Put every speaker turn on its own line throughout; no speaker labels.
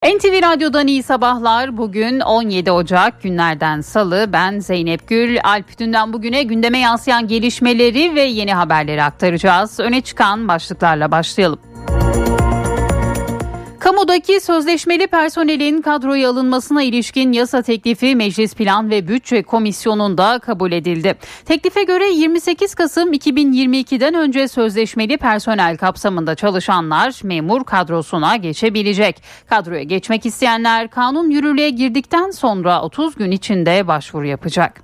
NTV Radyo'dan iyi sabahlar. Bugün 17 Ocak günlerden Salı. Ben Zeynep Gül. Alp Dünden bugüne gündeme yansıyan gelişmeleri ve yeni haberleri aktaracağız. Öne çıkan başlıklarla başlayalım. Kamudaki sözleşmeli personelin kadroya alınmasına ilişkin yasa teklifi Meclis Plan ve Bütçe Komisyonu'nda kabul edildi. Teklife göre 28 Kasım 2022'den önce sözleşmeli personel kapsamında çalışanlar memur kadrosuna geçebilecek. Kadroya geçmek isteyenler kanun yürürlüğe girdikten sonra 30 gün içinde başvuru yapacak.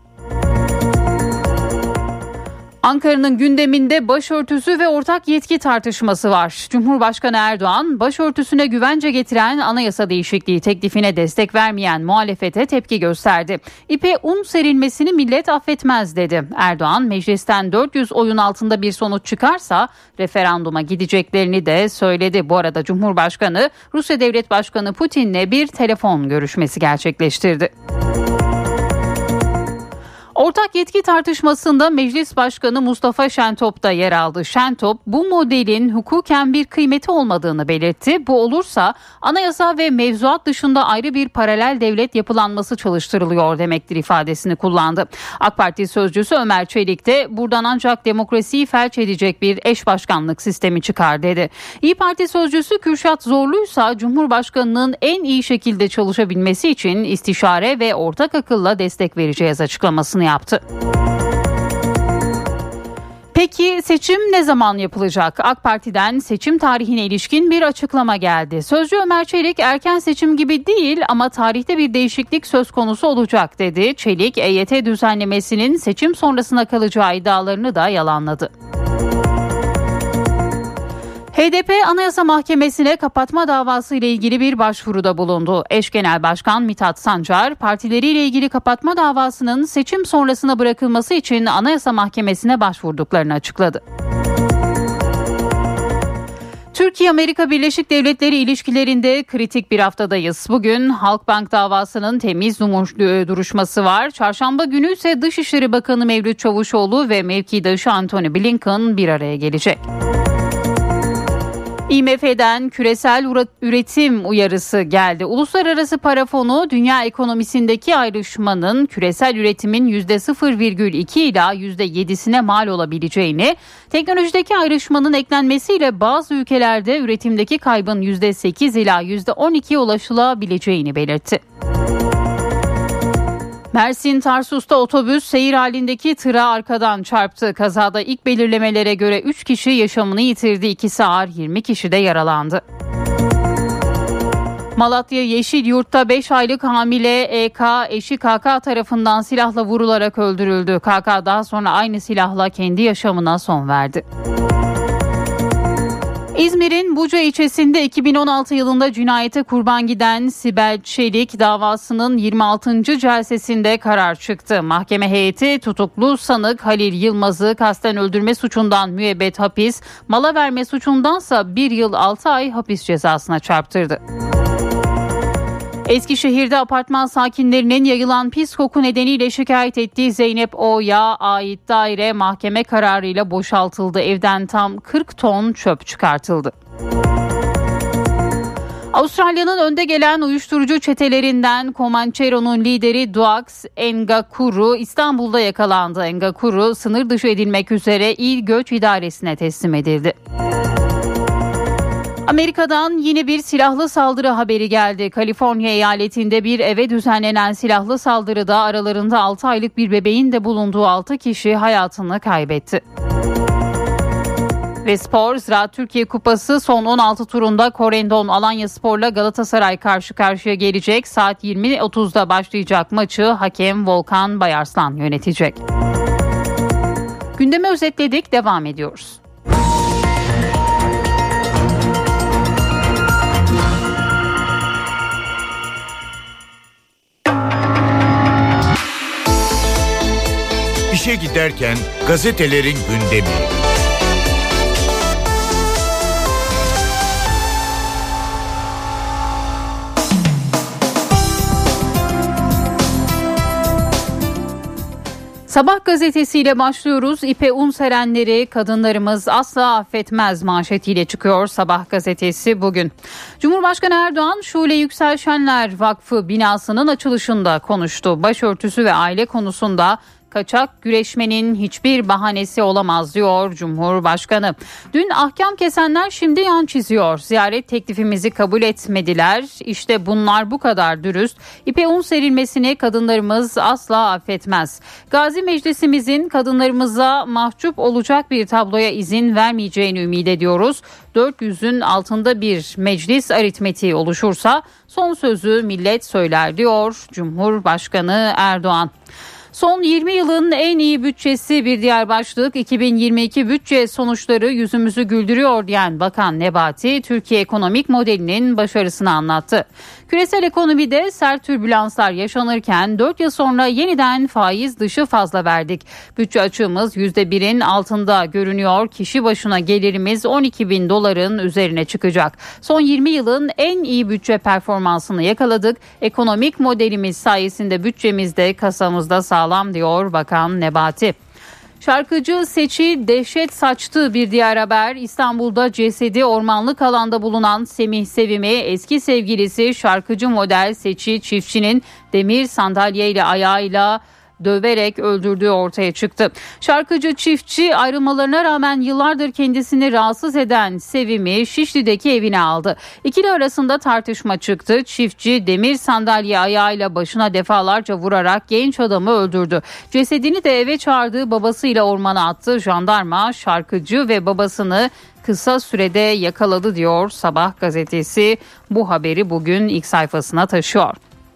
Ankara'nın gündeminde başörtüsü ve ortak yetki tartışması var. Cumhurbaşkanı Erdoğan, başörtüsüne güvence getiren anayasa değişikliği teklifine destek vermeyen muhalefete tepki gösterdi. İpe un serilmesini millet affetmez dedi. Erdoğan, meclisten 400 oyun altında bir sonuç çıkarsa referanduma gideceklerini de söyledi. Bu arada Cumhurbaşkanı, Rusya Devlet Başkanı Putin'le bir telefon görüşmesi gerçekleştirdi. Ortak yetki tartışmasında Meclis Başkanı Mustafa Şentop da yer aldı. Şentop, bu modelin hukuken bir kıymeti olmadığını belirtti. Bu olursa anayasa ve mevzuat dışında ayrı bir paralel devlet yapılanması çalıştırılıyor demektir ifadesini kullandı. AK Parti sözcüsü Ömer Çelik de buradan ancak demokrasiyi felç edecek bir eş başkanlık sistemi çıkar dedi. İYİ Parti sözcüsü Kürşat Zorlu'ysa Cumhurbaşkanı'nın en iyi şekilde çalışabilmesi için istişare ve ortak akılla destek vereceğiz açıklamasını yaptı. Peki seçim ne zaman yapılacak? AK Parti'den seçim tarihine ilişkin bir açıklama geldi. Sözcü Ömer Çelik, erken seçim gibi değil ama tarihte bir değişiklik söz konusu olacak dedi. Çelik, EYT düzenlemesinin seçim sonrasına kalacağı iddialarını da yalanladı. HDP Anayasa Mahkemesi'ne kapatma davası ile ilgili bir başvuruda bulundu. Eş Genel Başkan Mithat Sancar, partileriyle ilgili kapatma davasının seçim sonrasına bırakılması için Anayasa Mahkemesi'ne başvurduklarını açıkladı. Türkiye-Amerika Birleşik Devletleri ilişkilerinde kritik bir haftadayız. Bugün Halkbank davasının temiz duruşması var. Çarşamba günü ise Dışişleri Bakanı Mevlüt Çavuşoğlu ve mevkidaşı Antony Blinken bir araya gelecek. IMF'den küresel üretim uyarısı geldi. Uluslararası Para Fonu, dünya ekonomisindeki ayrışmanın küresel üretimin %0,2 ila %7'sine mal olabileceğini, teknolojideki ayrışmanın eklenmesiyle bazı ülkelerde üretimdeki kaybın %8 ila %12'ye ulaşılabileceğini belirtti. Mersin Tarsus'ta otobüs seyir halindeki tıra arkadan çarptı. Kazada ilk belirlemelere göre 3 kişi yaşamını yitirdi, 2'si ağır, 20 kişi de yaralandı. Malatya Yeşilyurt'ta 5 aylık hamile EK eşi KK tarafından silahla vurularak öldürüldü. KK daha sonra aynı silahla kendi yaşamına son verdi. İzmir'in Buca ilçesinde 2016 yılında cinayete kurban giden Sibel Çelik davasının 26. celsesinde karar çıktı. Mahkeme heyeti tutuklu sanık Halil Yılmaz'ı kasten öldürme suçundan müebbet hapis, mala verme suçundansa 1 yıl 6 ay hapis cezasına çarptırdı. Eskişehir'de apartman sakinlerinin yayılan pis koku nedeniyle şikayet ettiği Zeynep O'ya ait daire mahkeme kararıyla boşaltıldı. Evden tam 40 ton çöp çıkartıldı. Avustralya'nın önde gelen uyuşturucu çetelerinden Comanchero'nun lideri Duax Engakuru İstanbul'da yakalandı. Engakuru sınır dışı edilmek üzere İl Göç İdaresi'ne teslim edildi. Amerika'dan yine bir silahlı saldırı haberi geldi. Kaliforniya eyaletinde bir eve düzenlenen silahlı saldırıda aralarında 6 aylık bir bebeğin de bulunduğu 6 kişi hayatını kaybetti. Ve spor, Ziraat Türkiye Kupası son 16 turunda Corendon Alanyaspor'la Galatasaray karşı karşıya gelecek. Saat 20.30'da başlayacak maçı hakem Volkan Bayarslan yönetecek. Gündemi özetledik, devam ediyoruz.
İşe giderken gazetelerin gündemi.
Sabah gazetesiyle başlıyoruz. İpe un serenleri kadınlarımız asla affetmez manşetiyle çıkıyor Sabah gazetesi bugün. Cumhurbaşkanı Erdoğan Şule Yüksel Şenler Vakfı binasının açılışında konuştu. Başörtüsü ve aile konusunda kaçak güreşmenin hiçbir bahanesi olamaz diyor Cumhurbaşkanı. Dün ahkam kesenler şimdi yan çiziyor. Ziyaret teklifimizi kabul etmediler. İşte bunlar bu kadar dürüst. İpe un serilmesini kadınlarımız asla affetmez. Gazi Meclisimizin kadınlarımıza mahcup olacak bir tabloya izin vermeyeceğini ümit ediyoruz. 400'ün altında bir meclis aritmetiği oluşursa son sözü millet söyler diyor Cumhurbaşkanı Erdoğan. Son 20 yılın en iyi bütçesi bir diğer başlık. 2022 bütçe sonuçları yüzümüzü güldürüyor diyen Bakan Nebati, Türkiye ekonomik modelinin başarısını anlattı. Küresel ekonomide sert türbülanslar yaşanırken 4 yıl sonra yeniden faiz dışı fazla verdik. Bütçe açığımız %1'in altında görünüyor. Kişi başına gelirimiz 12 bin doların üzerine çıkacak. Son 20 yılın en iyi bütçe performansını yakaladık. Ekonomik modelimiz sayesinde bütçemizde kasamızda sağlam diyor Bakan Nebati. Şarkıcı Seçi dehşet saçtı bir diğer haber. İstanbul'da cesedi ormanlık alanda bulunan Semih Sevim'i eski sevgilisi şarkıcı model Seçi Çiftçi'nin demir sandalyeyle ayağıyla döverek öldürdüğü ortaya çıktı. Şarkıcı Çiftçi ayrılmalarına rağmen yıllardır kendisini rahatsız eden Sevim'i Şişli'deki evine aldı. İkili arasında tartışma çıktı. Çiftçi demir sandalye ayağıyla başına defalarca vurarak genç adamı öldürdü. Cesedini de eve çağırdığı babasıyla ormana attı. Jandarma şarkıcı ve babasını kısa sürede yakaladı diyor Sabah gazetesi. Bu haberi bugün ilk sayfasına taşıyor.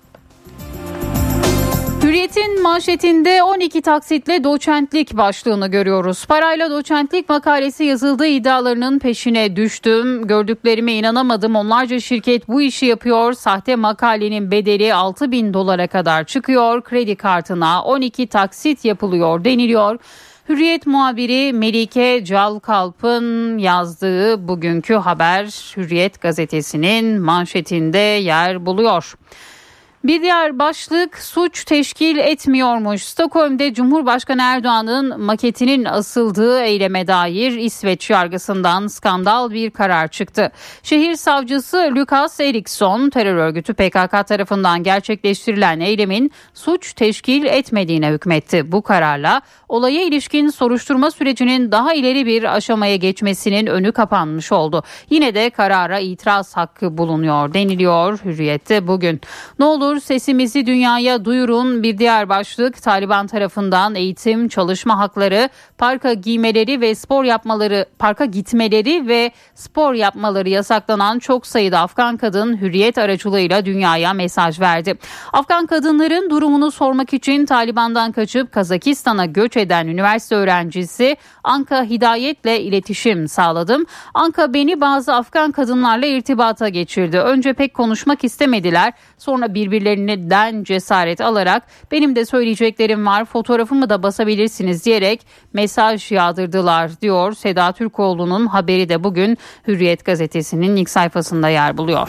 Hürriyet'in manşetinde 12 taksitle doçentlik başlığını görüyoruz. Parayla doçentlik makalesi yazıldığı iddialarının peşine düştüm. Gördüklerime inanamadım. Onlarca şirket bu işi yapıyor. Sahte makalenin bedeli 6 bin dolara kadar çıkıyor. Kredi kartına 12 taksit yapılıyor deniliyor. Hürriyet muhabiri Melike Calkalp'ın yazdığı bugünkü haber Hürriyet gazetesinin manşetinde yer buluyor. Bir diğer başlık suç teşkil etmiyormuş. Stockholm'de Cumhurbaşkanı Erdoğan'ın maketinin asıldığı eyleme dair İsveç yargısından skandal bir karar çıktı. Şehir savcısı Lukas Eriksson terör örgütü PKK tarafından gerçekleştirilen eylemin suç teşkil etmediğine hükmetti. Bu kararla olaya ilişkin soruşturma sürecinin daha ileri bir aşamaya geçmesinin önü kapanmış oldu. Yine de karara itiraz hakkı bulunuyor deniliyor Hürriyet'te bugün. Ne olur sesimizi dünyaya duyurun bir diğer başlık. Taliban tarafından eğitim, çalışma hakları, parka gitmeleri ve spor yapmaları yasaklanan çok sayıda Afgan kadın Hürriyet aracılığıyla dünyaya mesaj verdi. Afgan kadınların durumunu sormak için Taliban'dan kaçıp Kazakistan'a göç eden üniversite öğrencisi Anka Hidayet'le iletişim sağladım. Anka beni bazı Afgan kadınlarla irtibata geçirdi. Önce pek konuşmak istemediler. Sonra birbirlerinden cesaret alarak benim de söyleyeceklerim var, fotoğrafımı da basabilirsiniz diyerek mesaj yağdırdılar diyor. Seda Türkoğlu'nun haberi de bugün Hürriyet gazetesinin ilk sayfasında yer buluyor.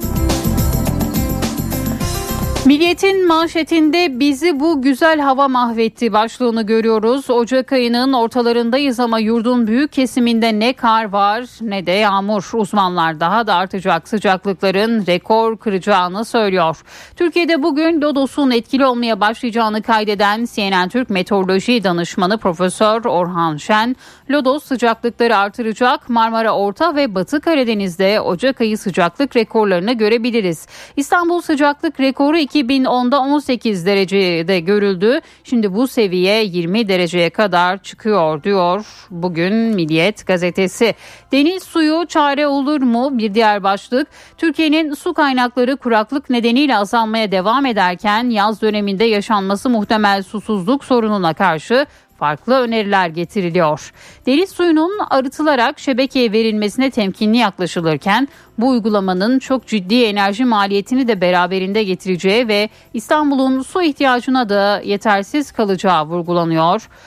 Milliyet'in manşetinde bizi bu güzel hava mahvetti başlığını görüyoruz. Ocak ayının ortalarındayız ama yurdun büyük kesiminde ne kar var ne de yağmur. Uzmanlar daha da artacak sıcaklıkların rekor kıracağını söylüyor. Türkiye'de bugün Lodos'un etkili olmaya başlayacağını kaydeden CNN Türk Meteoroloji Danışmanı Profesör Orhan Şen, Lodos sıcaklıkları artıracak. Marmara, Orta ve Batı Karadeniz'de Ocak ayı sıcaklık rekorlarını görebiliriz. İstanbul sıcaklık rekoru 2010'da 18 derecede görüldü. Şimdi bu seviye 20 dereceye kadar çıkıyor diyor bugün Milliyet gazetesi. Deniz suyu çare olur mu? Bir diğer başlık. Türkiye'nin su kaynakları kuraklık nedeniyle azalmaya devam ederken yaz döneminde yaşanması muhtemel susuzluk sorununa karşı farklı öneriler getiriliyor. Deniz suyunun arıtılarak şebekeye verilmesine temkinli yaklaşılırken bu uygulamanın çok ciddi enerji maliyetini de beraberinde getireceği ve İstanbul'un su ihtiyacına da yetersiz kalacağı vurgulanıyor.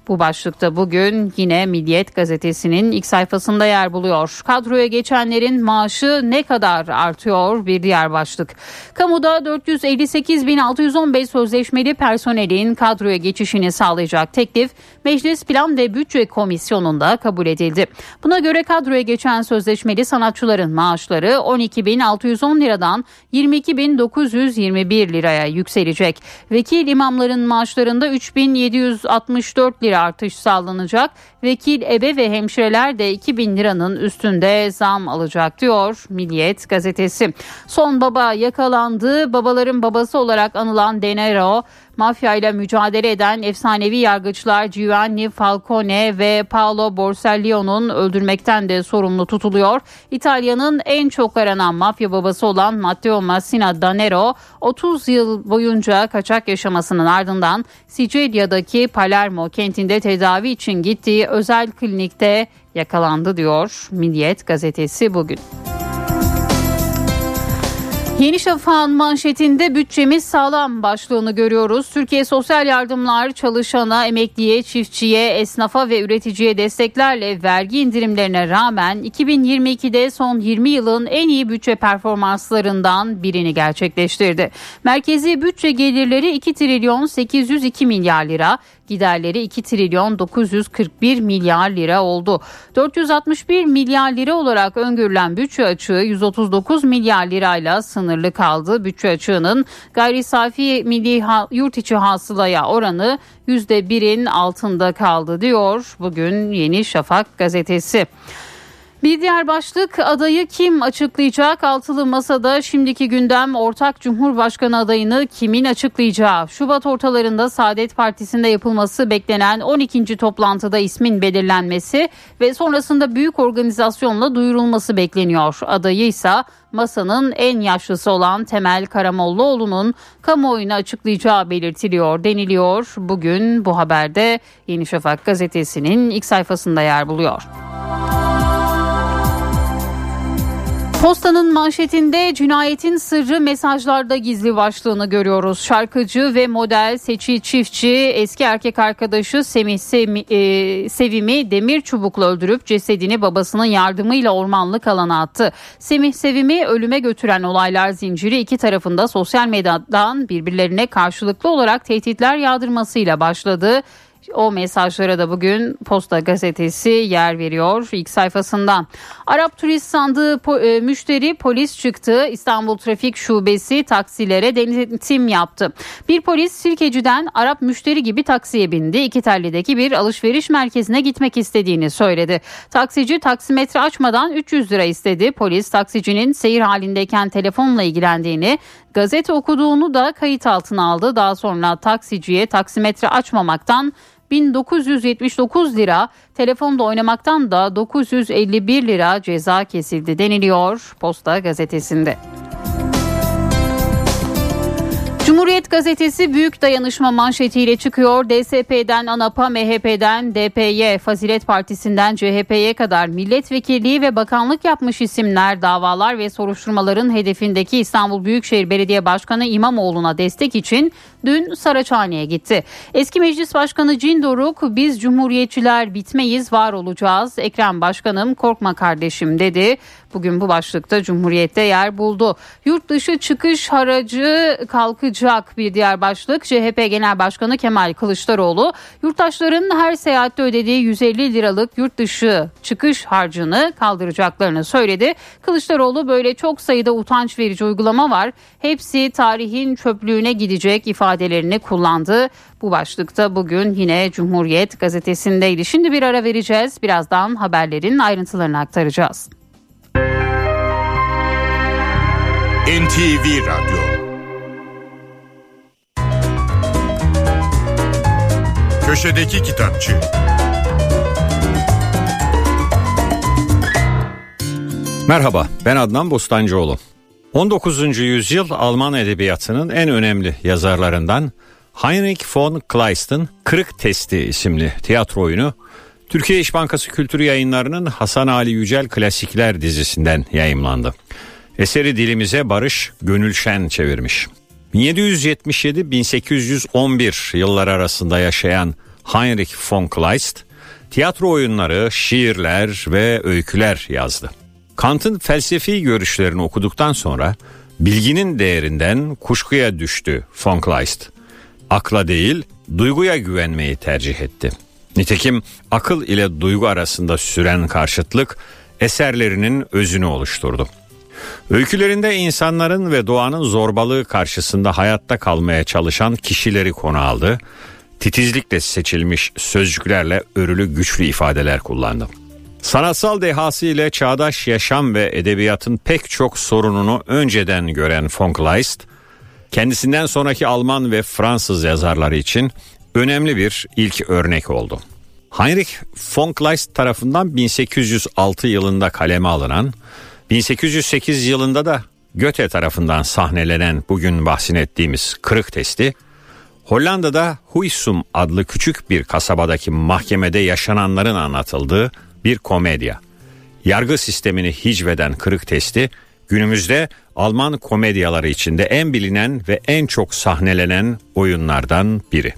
Bu başlıkta bugün yine Milliyet gazetesinin ilk sayfasında yer buluyor. Kadroya geçenlerin maaşı ne kadar artıyor? Bir diğer başlık. Kamuda 458.615 sözleşmeli personelin kadroya geçişini sağlayacak teklif Meclis Plan ve Bütçe Komisyonu'nda kabul edildi. Buna göre kadroya geçen sözleşmeli sanatçıların maaşları 12.610 liradan 22.921 liraya yükselecek. Vekil imamların maaşlarında 3.764 lira artış sağlanacak. Vekil, ebe ve hemşireler de 2.000 liranın üstünde zam alacak diyor Milliyet gazetesi. Son baba yakalandı. Babaların babası olarak anılan Denaro, mafyayla mücadele eden efsanevi yargıçlar Giovanni Falcone ve Paolo Borsellino'nun öldürmekten de sorumlu tutuluyor. İtalya'nın en çok aranan mafya babası olan Matteo Messina Denaro 30 yıl boyunca kaçak yaşamasının ardından Sicilya'daki Palermo kentinde tedavi için gittiği özel klinikte yakalandı diyor Milliyet gazetesi bugün. Yeni Şafak'ın manşetinde bütçemiz sağlam başlığını görüyoruz. Türkiye sosyal yardımlar çalışana, emekliye, çiftçiye, esnafa ve üreticiye desteklerle vergi indirimlerine rağmen 2022'de son 20 yılın en iyi bütçe performanslarından birini gerçekleştirdi. Merkezi bütçe gelirleri 2 trilyon 802 milyar lira, giderleri 2 trilyon 941 milyar lira oldu. 461 milyar lira olarak öngörülen bütçe açığı 139 milyar lirayla sınırlı kaldı. Bütçe açığının gayri safi milli yurt içi hasılaya oranı %1'in altında kaldı diyor bugün Yeni Şafak gazetesi. Bir diğer başlık, adayı kim açıklayacak? Altılı Masa'da şimdiki gündem ortak Cumhurbaşkanı adayını kimin açıklayacağı. Şubat ortalarında Saadet Partisi'nde yapılması beklenen 12. toplantıda ismin belirlenmesi ve sonrasında büyük organizasyonla duyurulması bekleniyor. Adayı ise Masa'nın en yaşlısı olan Temel Karamollaoğlu'nun kamuoyuna açıklayacağı belirtiliyor deniliyor. Bugün bu haberde Yeni Şafak gazetesinin ilk sayfasında yer buluyor. Posta'nın manşetinde cinayetin sırrı mesajlarda gizli başlığını görüyoruz. Şarkıcı ve model Seçil Çiftçi eski erkek arkadaşı Sevim'i demir çubukla öldürüp cesedini babasının yardımıyla ormanlık alana attı. Semih Sevim'i ölüme götüren olaylar zinciri iki tarafında sosyal medyadan birbirlerine karşılıklı olarak tehditler yağdırmasıyla başladı. O mesajlara da bugün Posta gazetesi yer veriyor ilk sayfasından. Arap turist sandığı müşteri polis çıktı. İstanbul Trafik Şubesi taksilere denetim yaptı. Bir polis Sirkeci'den Arap müşteri gibi taksiye bindi. İkitelli'deki bir alışveriş merkezine gitmek istediğini söyledi. Taksici taksimetre açmadan 300 lira istedi. Polis taksicinin seyir halindeyken telefonla ilgilendiğini, gazete okuduğunu da kayıt altına aldı. Daha sonra taksiciye taksimetre açmamaktan 1979 lira, telefonda oynamaktan da 951 lira ceza kesildi deniliyor Posta gazetesinde. Cumhuriyet gazetesi büyük dayanışma manşetiyle çıkıyor. DSP'den ANAP'a, MHP'den DP'ye, Fazilet Partisi'nden CHP'ye kadar milletvekilliği ve bakanlık yapmış isimler davalar ve soruşturmaların hedefindeki İstanbul Büyükşehir Belediye Başkanı İmamoğlu'na destek için dün Saraçhane'ye gitti. Eski Meclis Başkanı Cin Doruk, biz Cumhuriyetçiler bitmeyiz, var olacağız. Ekrem Başkanım korkma kardeşim dedi. Bugün bu başlıkta Cumhuriyet'te yer buldu. Yurt dışı çıkış haracı kalkacak bir diğer başlık. CHP Genel Başkanı Kemal Kılıçdaroğlu, yurttaşların her seyahatte ödediği 150 liralık yurt dışı çıkış harcını kaldıracaklarını söyledi. Kılıçdaroğlu, böyle çok sayıda utanç verici uygulama var, hepsi tarihin çöplüğüne gidecek ifadelerini kullandı. Bu başlıkta bugün yine Cumhuriyet gazetesindeydi. Şimdi bir ara vereceğiz. Birazdan haberlerin ayrıntılarını aktaracağız.
NTV Radyo. Köşedeki Kitapçı.
Merhaba, ben Adnan Bostancıoğlu. 19. yüzyıl Alman edebiyatının en önemli yazarlarından Heinrich von Kleist'in Kırık Testi isimli tiyatro oyunu, Türkiye İş Bankası Kültür Yayınları'nın Hasan Ali Yücel Klasikler dizisinden yayımlandı. Eseri dilimize Barış Gönülşen çevirmiş. 1777-1811 yılları arasında yaşayan Heinrich von Kleist tiyatro oyunları, şiirler ve öyküler yazdı. Kant'ın felsefi görüşlerini okuduktan sonra bilginin değerinden kuşkuya düştü von Kleist. Akla değil, duyguya güvenmeyi tercih etti. Nitekim akıl ile duygu arasında süren karşıtlık eserlerinin özünü oluşturdu. Öykülerinde insanların ve doğanın zorbalığı karşısında hayatta kalmaya çalışan kişileri konu aldı. Titizlikle seçilmiş sözcüklerle örülü güçlü ifadeler kullandı. Sanatsal dehası ile çağdaş yaşam ve edebiyatın pek çok sorununu önceden gören von Kleist, kendisinden sonraki Alman ve Fransız yazarları için önemli bir ilk örnek oldu. Heinrich von Kleist tarafından 1806 yılında kaleme alınan, 1808 yılında da Goethe tarafından sahnelenen bugün bahsini ettiğimiz Kırık Testi, Hollanda'da Huysum adlı küçük bir kasabadaki mahkemede yaşananların anlatıldığı bir komedya. Yargı sistemini hicveden Kırık Testi, günümüzde Alman komedyaları içinde en bilinen ve en çok sahnelenen oyunlardan biri.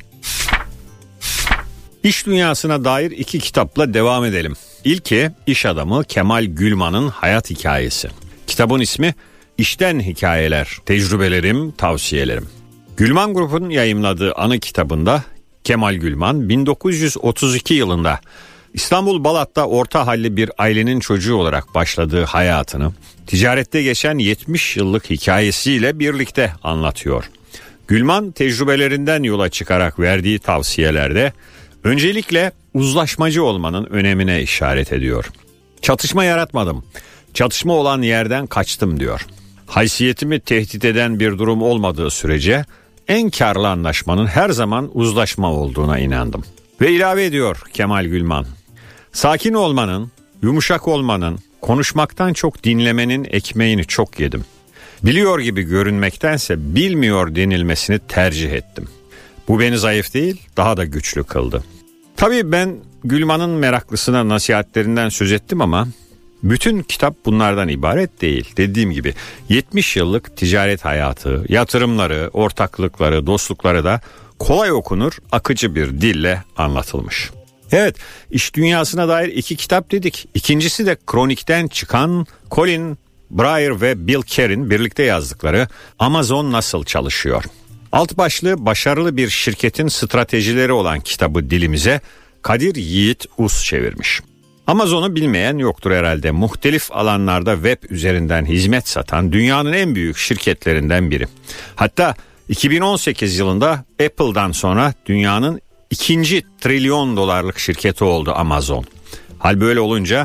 İş dünyasına dair 2 kitapla devam edelim. İlki iş adamı Kemal Gülman'ın hayat hikayesi. Kitabın ismi İşten Hikayeler, Tecrübelerim, Tavsiyelerim. Gülman Grup'un yayımladığı anı kitabında Kemal Gülman 1932 yılında İstanbul Balat'ta orta halli bir ailenin çocuğu olarak başladığı hayatını ticarette geçen 70 yıllık hikayesiyle birlikte anlatıyor. Gülman tecrübelerinden yola çıkarak verdiği tavsiyelerde öncelikle uzlaşmacı olmanın önemine işaret ediyor. Çatışma yaratmadım, çatışma olan yerden kaçtım diyor. Haysiyetimi tehdit eden bir durum olmadığı sürece en karlı anlaşmanın her zaman uzlaşma olduğuna inandım. Ve ilave ediyor Kemal Gülman. Sakin olmanın, yumuşak olmanın, konuşmaktan çok dinlemenin ekmeğini çok yedim. Biliyor gibi görünmektense bilmiyor denilmesini tercih ettim. Bu beni zayıf değil, daha da güçlü kıldı. Tabii ben Gülman'ın meraklısına nasihatlerinden söz ettim ama bütün kitap bunlardan ibaret değil. Dediğim gibi 70 yıllık ticaret hayatı, yatırımları, ortaklıkları, dostlukları da kolay okunur, akıcı bir dille anlatılmış. Evet, iş dünyasına dair 2 kitap dedik. İkincisi de kronikten çıkan Colin Breyer ve Bill Kerr'in birlikte yazdıkları Amazon Nasıl Çalışıyor? Alt başlığı başarılı bir şirketin stratejileri olan kitabı dilimize Kadir Yiğit Us çevirmiş. Amazon'u bilmeyen yoktur herhalde. Muhtelif alanlarda web üzerinden hizmet satan dünyanın en büyük şirketlerinden biri. Hatta 2018 yılında Apple'dan sonra dünyanın 2. trilyon dolarlık şirketi oldu Amazon. Hal böyle olunca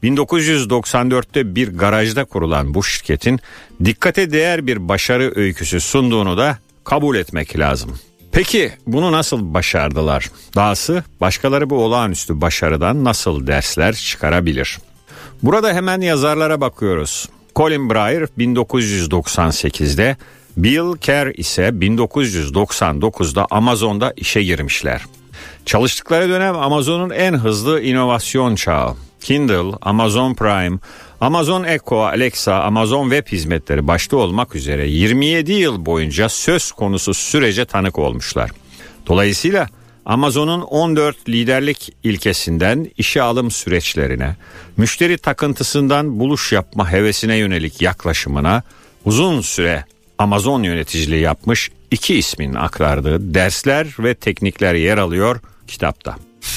1994'te bir garajda kurulan bu şirketin dikkate değer bir başarı öyküsü sunduğunu da kabul etmek lazım. Peki bunu nasıl başardılar? Dahası başkaları bu olağanüstü başarıdan nasıl dersler çıkarabilir? Burada hemen yazarlara bakıyoruz. Colin Breyer 1998'de, Bill Kerr ise 1999'da Amazon'da işe girmişler. Çalıştıkları dönem Amazon'un en hızlı inovasyon çağı. Kindle, Amazon Prime, Amazon Echo, Alexa, Amazon Web hizmetleri başta olmak üzere 27 yıl boyunca söz konusu sürece tanık olmuşlar. Dolayısıyla Amazon'un 14 liderlik ilkesinden işe alım süreçlerine, müşteri takıntısından buluş yapma hevesine yönelik yaklaşımına uzun süre Amazon yöneticiliği yapmış 2 ismin aktardığı dersler ve teknikler yer alıyor kitapta.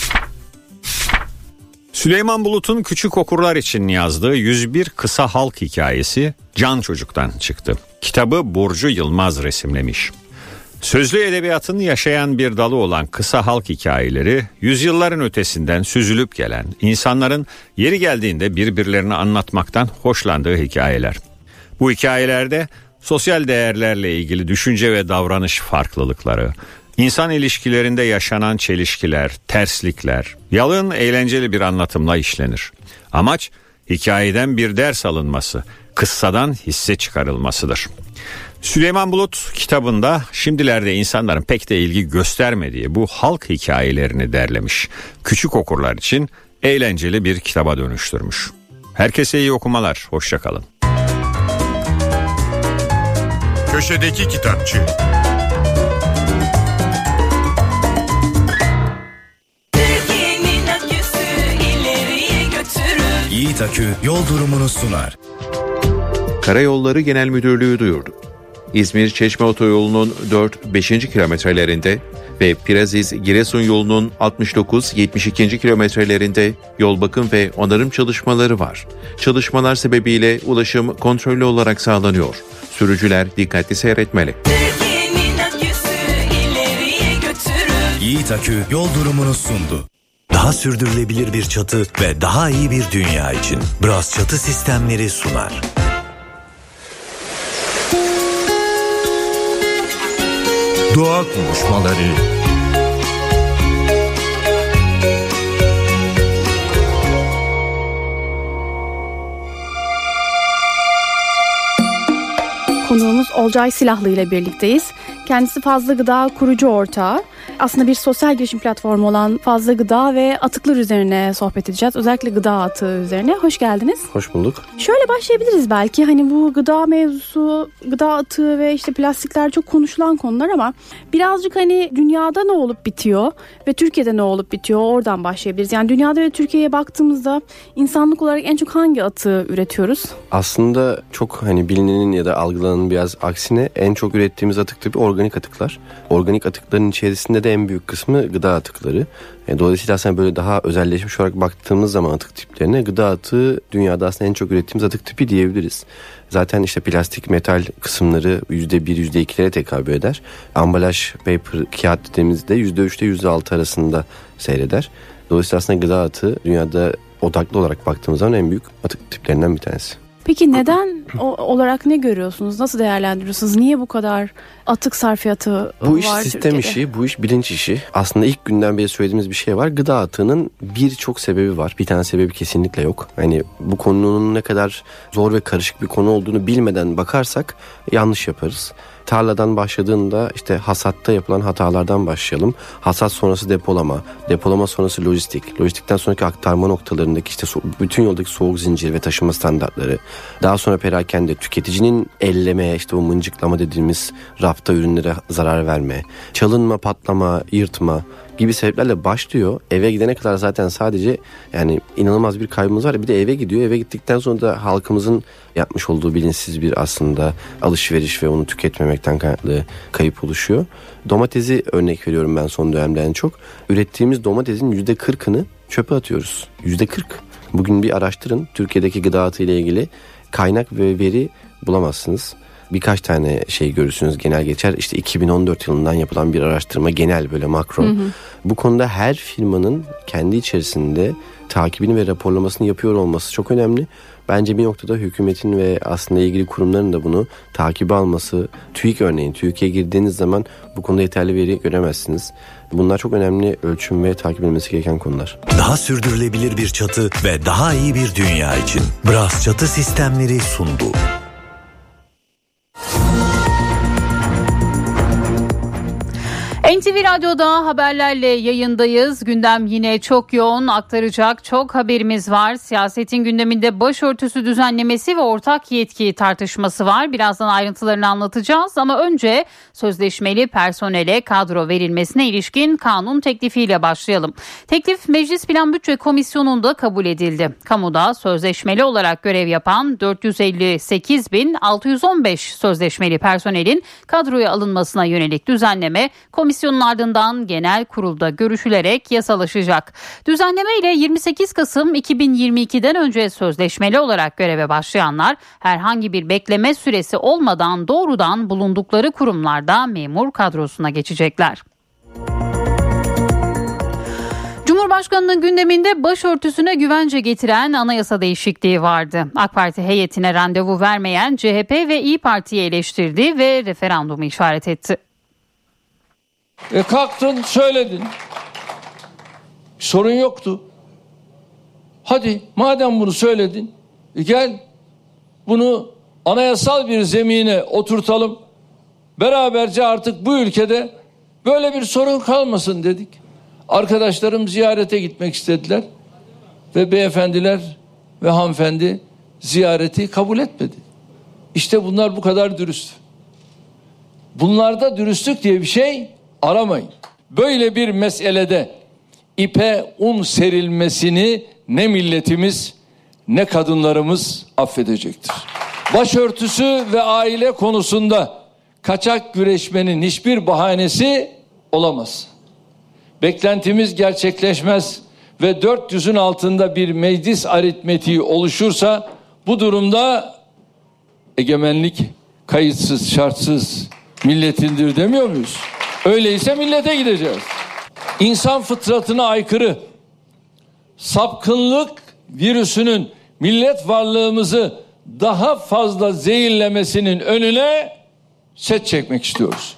Süleyman Bulut'un küçük okurlar için yazdığı 101 kısa halk hikayesi Can Çocuk'tan çıktı. Kitabı Burcu Yılmaz resimlemiş. Sözlü edebiyatın yaşayan bir dalı olan kısa halk hikayeleri, yüzyılların ötesinden süzülüp gelen, insanların yeri geldiğinde birbirlerini anlatmaktan hoşlandığı hikayeler. Bu hikayelerde sosyal değerlerle ilgili düşünce ve davranış farklılıkları, İnsan ilişkilerinde yaşanan çelişkiler, terslikler, yalın eğlenceli bir anlatımla işlenir. Amaç hikayeden bir ders alınması, kıssadan hisse çıkarılmasıdır. Süleyman Bulut kitabında şimdilerde insanların pek de ilgi göstermediği bu halk hikayelerini derlemiş. Küçük okurlar için eğlenceli bir kitaba dönüştürmüş. Herkese iyi okumalar, hoşça kalın.
Köşedeki Kitapçı.
Yiğit Akü yol durumunu sunar.
Karayolları Genel Müdürlüğü duyurdu. İzmir-Çeşme Otoyolu'nun 4-5. kilometrelerinde ve Piraziz-Giresun yolunun 69-72. kilometrelerinde yol bakım ve onarım çalışmaları var. Çalışmalar sebebiyle ulaşım kontrollü olarak sağlanıyor. Sürücüler dikkatli seyretmeli.
Yiğit Akü yol durumunu sundu. Daha sürdürülebilir bir çatı ve daha iyi bir dünya için Bras Çatı Sistemleri sunar.
Doğa konuşmaları.
Konuğumuz Olcay Silahlı ile birlikteyiz. Kendisi Fazla Gıda kurucu ortağı. Aslında bir sosyal girişim platformu olan Fazla Gıda ve atıklar üzerine sohbet edeceğiz. Özellikle gıda atığı üzerine. Hoş geldiniz.
Hoş bulduk.
Şöyle başlayabiliriz belki. Hani bu gıda mevzusu, gıda atığı ve işte plastikler çok konuşulan konular ama birazcık hani dünyada ne olup bitiyor ve Türkiye'de ne olup bitiyor, oradan başlayabiliriz. Yani dünyada ve Türkiye'ye baktığımızda insanlık olarak en çok hangi atığı üretiyoruz?
Aslında çok hani bilinenin ya da algılanan biraz aksine en çok ürettiğimiz atık tipi organik atıklar. Organik atıkların içerisinde de en büyük kısmı gıda atıkları. Dolayısıyla aslında böyle daha özelleşmiş olarak baktığımız zaman atık tiplerine gıda atığı dünyada aslında en çok ürettiğimiz atık tipi diyebiliriz. Zaten işte plastik, metal kısımları %1, %2'lere tekabül eder. Ambalaj, paper, kağıt dediğimizde %3'te %6 arasında seyreder. Dolayısıyla aslında gıda atığı dünyada odaklı olarak baktığımız zaman en büyük atık tiplerinden bir tanesi.
Peki neden olarak ne görüyorsunuz? Nasıl değerlendiriyorsunuz? Niye bu kadar atık sarfiyatı var
Bu iş
Türkiye'de?
sistem işi, bu iş bilinç işi. Aslında ilk günden beri söylediğimiz bir şey var. Gıda atığının birçok sebebi var. Bir tane sebebi kesinlikle yok. Hani bu konunun ne kadar zor ve karışık bir konu olduğunu bilmeden bakarsak yanlış yaparız. Tarladan başladığında işte hasatta yapılan hatalardan başlayalım. Hasat sonrası depolama, depolama sonrası lojistik, lojistikten sonraki aktarma noktalarındaki işte bütün yoldaki soğuk zincir ve taşıma standartları. Daha sonra perakende tüketicinin elleme, işte o mıncıklama dediğimiz rafta ürünlere zarar verme, çalınma, patlama, yırtma gibi sebeplerle başlıyor. Eve gidene kadar zaten sadece yani inanılmaz bir kaybımız var. Bir de eve gidiyor. Eve gittikten sonra da halkımızın yapmış olduğu bilinçsiz bir aslında alışveriş ve onu tüketmemekten kaynaklı kayıp oluşuyor. Domatesi örnek veriyorum ben son dönemde en çok. Ürettiğimiz domatesin %40'ını çöpe atıyoruz. %40. Bugün bir araştırın. Türkiye'deki gıda atığı ile ilgili kaynak ve veri bulamazsınız. Birkaç tane şey görürsünüz, genel geçer. İşte 2014 yılından yapılan bir araştırma, genel böyle makro. Bu konuda her firmanın kendi içerisinde takibini ve raporlamasını yapıyor olması çok önemli. Bence bir noktada hükümetin ve aslında ilgili kurumların da bunu takibe alması. TÜİK örneğin, TÜİK'e girdiğiniz zaman bu konuda yeterli veri göremezsiniz. Bunlar çok önemli ölçüm ve takip edilmesi gereken konular.
Daha sürdürülebilir bir çatı ve daha iyi bir dünya için Bras Çatı Sistemleri sundu.
NTV Radyo'da haberlerle yayındayız. Gündem yine çok yoğun, aktaracak çok haberimiz var. Siyasetin gündeminde başörtüsü düzenlemesi ve ortak yetki tartışması var. Birazdan ayrıntılarını anlatacağız ama önce sözleşmeli personele kadro verilmesine ilişkin kanun teklifiyle başlayalım. Teklif Meclis Plan Bütçe Komisyonu'nda kabul edildi. Kamuda sözleşmeli olarak görev yapan 458.615 sözleşmeli personelin kadroya alınmasına yönelik düzenleme komisyonun ardından genel kurulda görüşülerek yasalaşacak. Düzenleme ile 28 Kasım 2022'den önce sözleşmeli olarak göreve başlayanlar herhangi bir bekleme süresi olmadan doğrudan bulundukları kurumlarda memur kadrosuna geçecekler. Cumhurbaşkanının gündeminde başörtüsüne güvence getiren anayasa değişikliği vardı. AK Parti heyetine randevu vermeyen CHP ve İYİ Parti'yi eleştirdi ve referandumu işaret etti.
Kalktın söyledin. Sorun yoktu. Hadi madem bunu söyledin gel bunu anayasal bir zemine oturtalım. Beraberce artık bu ülkede böyle bir sorun kalmasın dedik. Arkadaşlarım ziyarete gitmek istediler ve beyefendiler ve hanımefendi ziyareti kabul etmedi. İşte bunlar bu kadar dürüst. Bunlarda dürüstlük diye bir şey aramayın. Böyle bir meselede ipe un serilmesini ne milletimiz ne kadınlarımız affedecektir. Başörtüsü ve aile konusunda kaçak güreşmenin hiçbir bahanesi olamaz. Beklentimiz gerçekleşmez ve 400'ün altında bir meclis aritmetiği oluşursa bu durumda egemenlik kayıtsız şartsız milletindir demiyor muyuz? Öyleyse millete gideceğiz. İnsan fıtratına aykırı sapkınlık virüsünün millet varlığımızı daha fazla zehirlemesinin önüne set çekmek istiyoruz.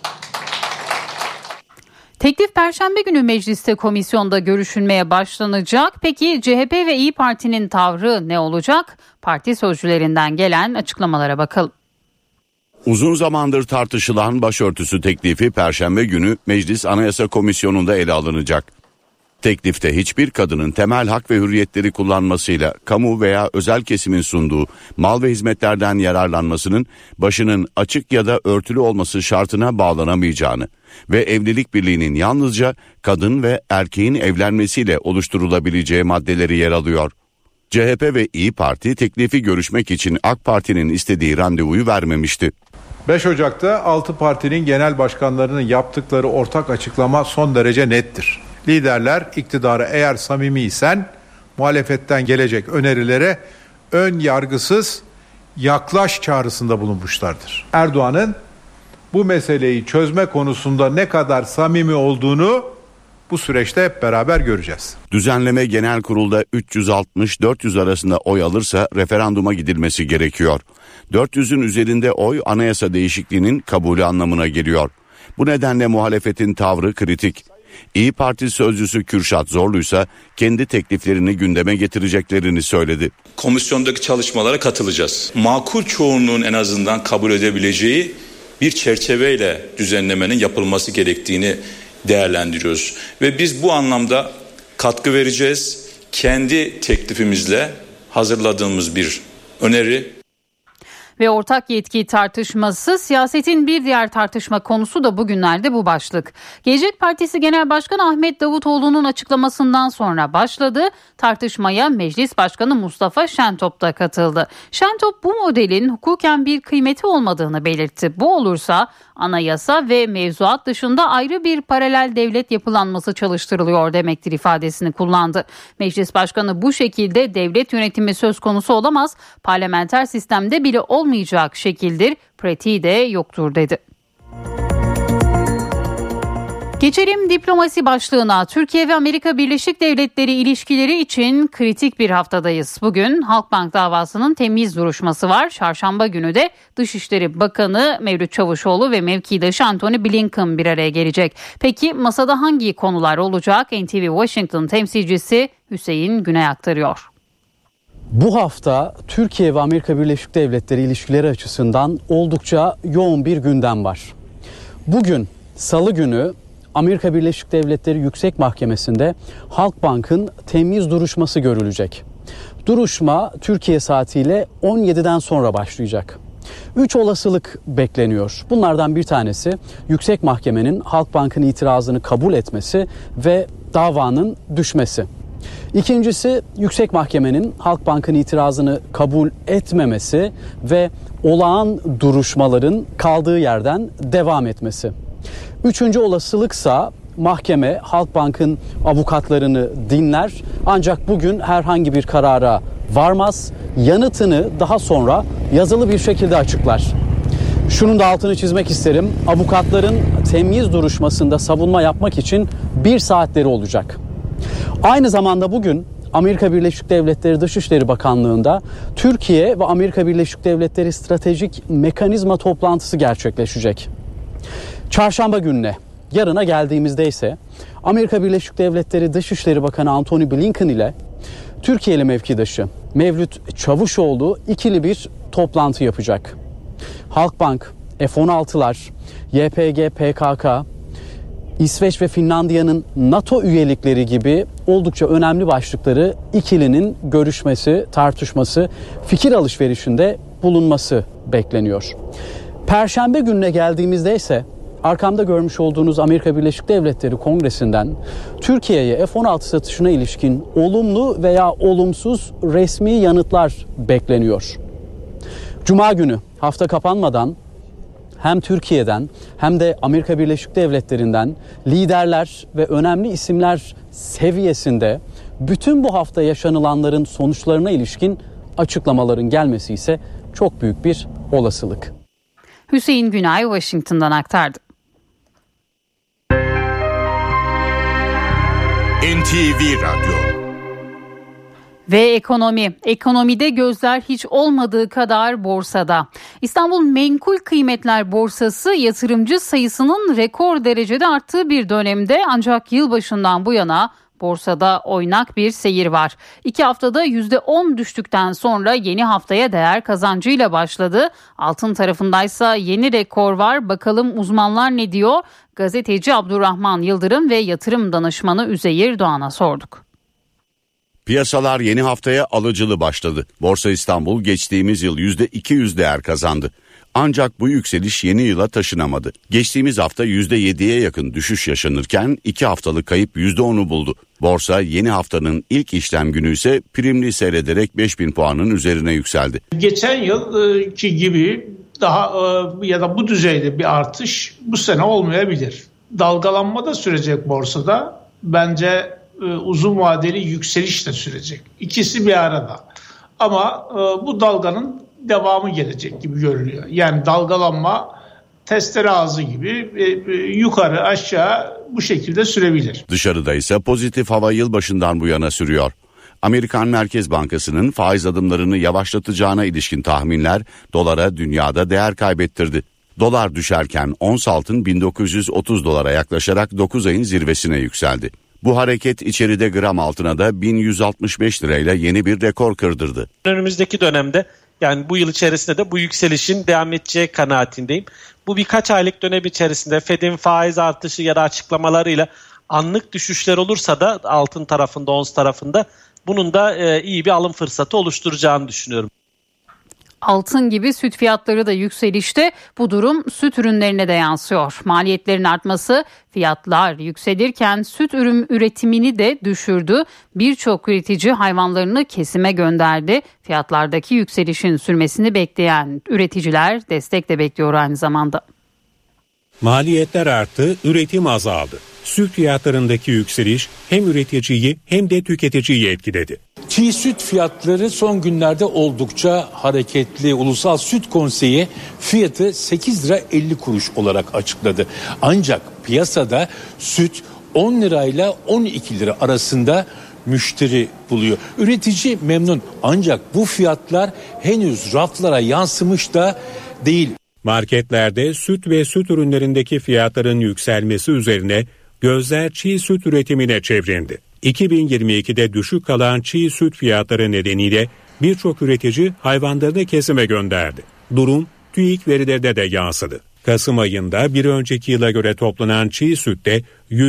Teklif Perşembe günü mecliste komisyonda görüşülmeye başlanacak. Peki CHP ve İYİ Parti'nin tavrı ne olacak? Parti sözcülerinden gelen açıklamalara bakalım.
Uzun zamandır tartışılan başörtüsü teklifi Perşembe günü Meclis Anayasa Komisyonu'nda ele alınacak. Teklifte hiçbir kadının temel hak ve hürriyetleri kullanmasıyla kamu veya özel kesimin sunduğu mal ve hizmetlerden yararlanmasının başının açık ya da örtülü olması şartına bağlanamayacağını ve evlilik birliğinin yalnızca kadın ve erkeğin evlenmesiyle oluşturulabileceği maddeleri yer alıyor. CHP ve İYİ Parti teklifi görüşmek için AK Parti'nin istediği randevuyu vermemişti.
5 Ocak'ta 6 partinin genel başkanlarının yaptıkları ortak açıklama son derece nettir. Liderler iktidara eğer samimiysen muhalefetten gelecek önerilere ön yargısız yaklaş çağrısında bulunmuşlardır. Erdoğan'ın bu meseleyi çözme konusunda ne kadar samimi olduğunu bu süreçte hep beraber göreceğiz.
Düzenleme genel kurulda 360-400 arasında oy alırsa referanduma gidilmesi gerekiyor. 400'ün üzerinde oy anayasa değişikliğinin kabulü anlamına geliyor. Bu nedenle muhalefetin tavrı kritik. İYİ Parti sözcüsü Kürşat Zorlu ise kendi tekliflerini gündeme getireceklerini söyledi.
Komisyondaki çalışmalara katılacağız. Makul çoğunluğun en azından kabul edebileceği bir çerçeveyle düzenlemenin yapılması gerektiğini değerlendiriyoruz. Ve biz bu anlamda katkı vereceğiz. Kendi teklifimizle hazırladığımız bir öneri.
Ve ortak yetki tartışması, siyasetin bir diğer tartışma konusu da bugünlerde bu başlık. Gelecek Partisi Genel Başkanı Ahmet Davutoğlu'nun açıklamasından sonra başladı. Tartışmaya Meclis Başkanı Mustafa Şentop da katıldı. Şentop bu modelin hukuken bir kıymeti olmadığını belirtti. Bu olursa anayasa ve mevzuat dışında ayrı bir paralel devlet yapılanması çalıştırılıyor demektir ifadesini kullandı. Meclis Başkanı bu şekilde devlet yönetimi söz konusu olamaz, parlamenter sistemde bile olmayacak şekildir, pratiği de yoktur dedi. Geçelim diplomasi başlığına. Türkiye ve Amerika Birleşik Devletleri ilişkileri için kritik bir haftadayız. Bugün Halkbank davasının temyiz duruşması var. Çarşamba günü de Dışişleri Bakanı Mevlüt Çavuşoğlu ve mevkidaşı Antony Blinken bir araya gelecek. Peki masada hangi konular olacak? NTV Washington temsilcisi Hüseyin Güney aktarıyor.
Bu hafta Türkiye ve Amerika Birleşik Devletleri ilişkileri açısından oldukça yoğun bir gündem var. Bugün Salı günü Amerika Birleşik Devletleri Yüksek Mahkemesi'nde Halkbank'ın temyiz duruşması görülecek. Duruşma Türkiye saatiyle 17'den sonra başlayacak. 3 olasılık bekleniyor. Bunlardan bir tanesi Yüksek Mahkemenin Halkbank'ın itirazını kabul etmesi ve davanın düşmesi. İkincisi Yüksek Mahkemenin Halkbank'ın itirazını kabul etmemesi ve olağan duruşmaların kaldığı yerden devam etmesi. Üçüncü olasılıksa mahkeme Halkbank'ın avukatlarını dinler ancak bugün herhangi bir karara varmaz. Yanıtını daha sonra yazılı bir şekilde açıklar. Şunun da altını çizmek isterim. Avukatların temyiz duruşmasında savunma yapmak için 1 saatleri olacak. Aynı zamanda bugün Amerika Birleşik Devletleri Dışişleri Bakanlığı'nda Türkiye ve Amerika Birleşik Devletleri Stratejik Mekanizma toplantısı gerçekleşecek. Çarşamba gününe, yarına geldiğimizde ise Amerika Birleşik Devletleri Dışişleri Bakanı Antony Blinken ile Türkiye'li mevkidaşı Mevlüt Çavuşoğlu ikili bir toplantı yapacak. Halkbank, F-16'lar, YPG, PKK, İsveç ve Finlandiya'nın NATO üyelikleri gibi oldukça önemli başlıkları ikilinin görüşmesi, tartışması, fikir alışverişinde bulunması bekleniyor. Perşembe gününe geldiğimizde ise Arkamda görmüş olduğunuz Amerika Birleşik Devletleri Kongresi'nden Türkiye'ye F-16 satışına ilişkin olumlu veya olumsuz resmi yanıtlar bekleniyor. Cuma günü hafta kapanmadan hem Türkiye'den hem de Amerika Birleşik Devletleri'nden liderler ve önemli isimler seviyesinde bütün bu hafta yaşanılanların sonuçlarına ilişkin açıklamaların gelmesi ise çok büyük bir olasılık.
Hüseyin Günay Washington'dan aktardı.
NTV Radyo.
Ve ekonomide gözler hiç olmadığı kadar borsada. İstanbul Menkul Kıymetler Borsası yatırımcı sayısının rekor derecede arttığı bir dönemde, ancak yılbaşından bu yana borsada oynak bir seyir var. 2 haftada %10 düştükten sonra yeni haftaya değer kazancıyla başladı. Altın tarafındaysa yeni rekor var. Bakalım uzmanlar ne diyor? Gazeteci Abdurrahman Yıldırım ve yatırım danışmanı Üzeyir Doğan'a sorduk.
Piyasalar yeni haftaya alıcılı başladı. Borsa İstanbul geçtiğimiz yıl %200 değer kazandı. Ancak bu yükseliş yeni yıla taşınamadı. Geçtiğimiz hafta %7'ye yakın düşüş yaşanırken 2 haftalık kayıp %10'u buldu. Borsa yeni haftanın ilk işlem günü ise primli seyrederek 5000 puanın üzerine yükseldi.
Geçen yılki gibi daha ya da bu düzeyde bir artış bu sene olmayabilir. Dalgalanma da sürecek borsada. Bence uzun vadeli yükseliş de sürecek. İkisi bir arada. Ama bu dalganın devamı gelecek gibi görünüyor. Yani dalgalanma testere ağzı gibi yukarı aşağı bu şekilde sürebilir.
Dışarıda ise pozitif hava yılbaşından bu yana sürüyor. Amerikan Merkez Bankası'nın faiz adımlarını yavaşlatacağına ilişkin tahminler dolara dünyada değer kaybettirdi. Dolar düşerken ons altın 1930 dolara yaklaşarak 9 ayın zirvesine yükseldi. Bu hareket içeride gram altına da 1165 lirayla yeni bir rekor kırdırdı.
Önümüzdeki dönemde, yani bu yıl içerisinde de bu yükselişin devam edeceği kanaatindeyim. Bu birkaç aylık dönem içerisinde Fed'in faiz artışı ya da açıklamalarıyla anlık düşüşler olursa da altın tarafında, ons tarafında bunun da iyi bir alım fırsatı oluşturacağını düşünüyorum.
Altın gibi süt fiyatları da yükselişte. Bu durum süt ürünlerine de yansıyor. Maliyetlerin artması fiyatlar yükselirken süt ürün üretimini de düşürdü. Birçok üretici hayvanlarını kesime gönderdi. Fiyatlardaki yükselişin sürmesini bekleyen üreticiler destek de bekliyor aynı zamanda.
Maliyetler arttı, üretim azaldı. Süt fiyatlarındaki yükseliş hem üreticiyi hem de tüketiciyi etkiledi.
Çiğ süt fiyatları son günlerde oldukça hareketli. Ulusal Süt Konseyi fiyatı 8 lira 50 kuruş olarak açıkladı. Ancak piyasada süt 10 lirayla 12 lira arasında müşteri buluyor. Üretici memnun, ancak bu fiyatlar henüz raflara yansımış da değil.
Marketlerde süt ve süt ürünlerindeki fiyatların yükselmesi üzerine gözler çiğ süt üretimine çevrildi. 2022'de düşük kalan çiğ süt fiyatları nedeniyle birçok üretici hayvanlarını kesime gönderdi. Durum TÜİK verilerinde de yansıdı. Kasım ayında bir önceki yıla göre toplanan çiğ sütte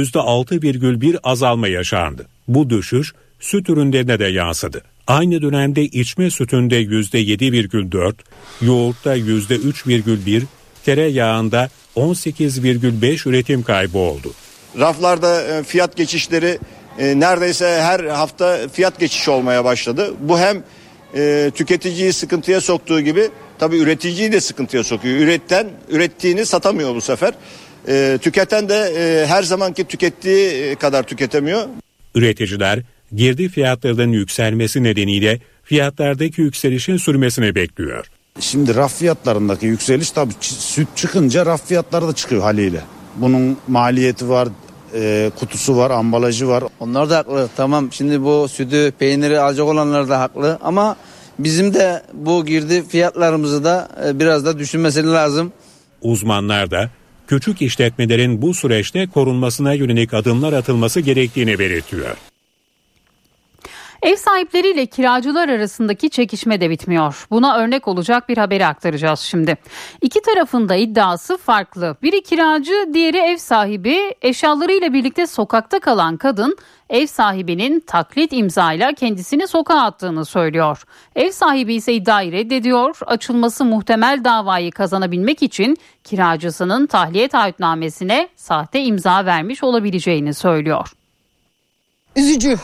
%6,1 azalma yaşandı. Bu düşüş süt ürünlerine de yansıdı. Aynı dönemde içme sütünde %7,4, yoğurtta %3,1, tereyağında 18,5 üretim kaybı oldu.
Raflarda fiyat geçişleri neredeyse her hafta fiyat geçişi olmaya başladı. Bu hem tüketiciyi sıkıntıya soktuğu gibi tabii üreticiyi de sıkıntıya sokuyor. Ürettiğini satamıyor bu sefer. Tüketen de her zamanki tükettiği kadar tüketemiyor.
Üreticiler girdi fiyatlarının yükselmesi nedeniyle fiyatlardaki yükselişin sürmesini bekliyor.
Şimdi raf fiyatlarındaki yükseliş, tabii süt çıkınca raf fiyatları da çıkıyor haliyle. Bunun maliyeti var, kutusu var, ambalajı var.
Onlar da haklı. Tamam, şimdi bu sütü, peyniri alacak olanlar da haklı ama bizim de bu girdi fiyatlarımızı da biraz da düşünmesi lazım.
Uzmanlar da küçük işletmelerin bu süreçte korunmasına yönelik adımlar atılması gerektiğini belirtiyor.
Ev sahipleriyle kiracılar arasındaki çekişme de bitmiyor. Buna örnek olacak bir haberi aktaracağız şimdi. İki tarafın da iddiası farklı. Biri kiracı, diğeri ev sahibi. Eşyalarıyla birlikte sokakta kalan kadın ev sahibinin taklit imzayla kendisini sokağa attığını söylüyor. Ev sahibi ise iddiayı reddediyor. Açılması muhtemel davayı kazanabilmek için kiracısının tahliye taahhütnamesine sahte imza vermiş olabileceğini söylüyor.
Üzücü.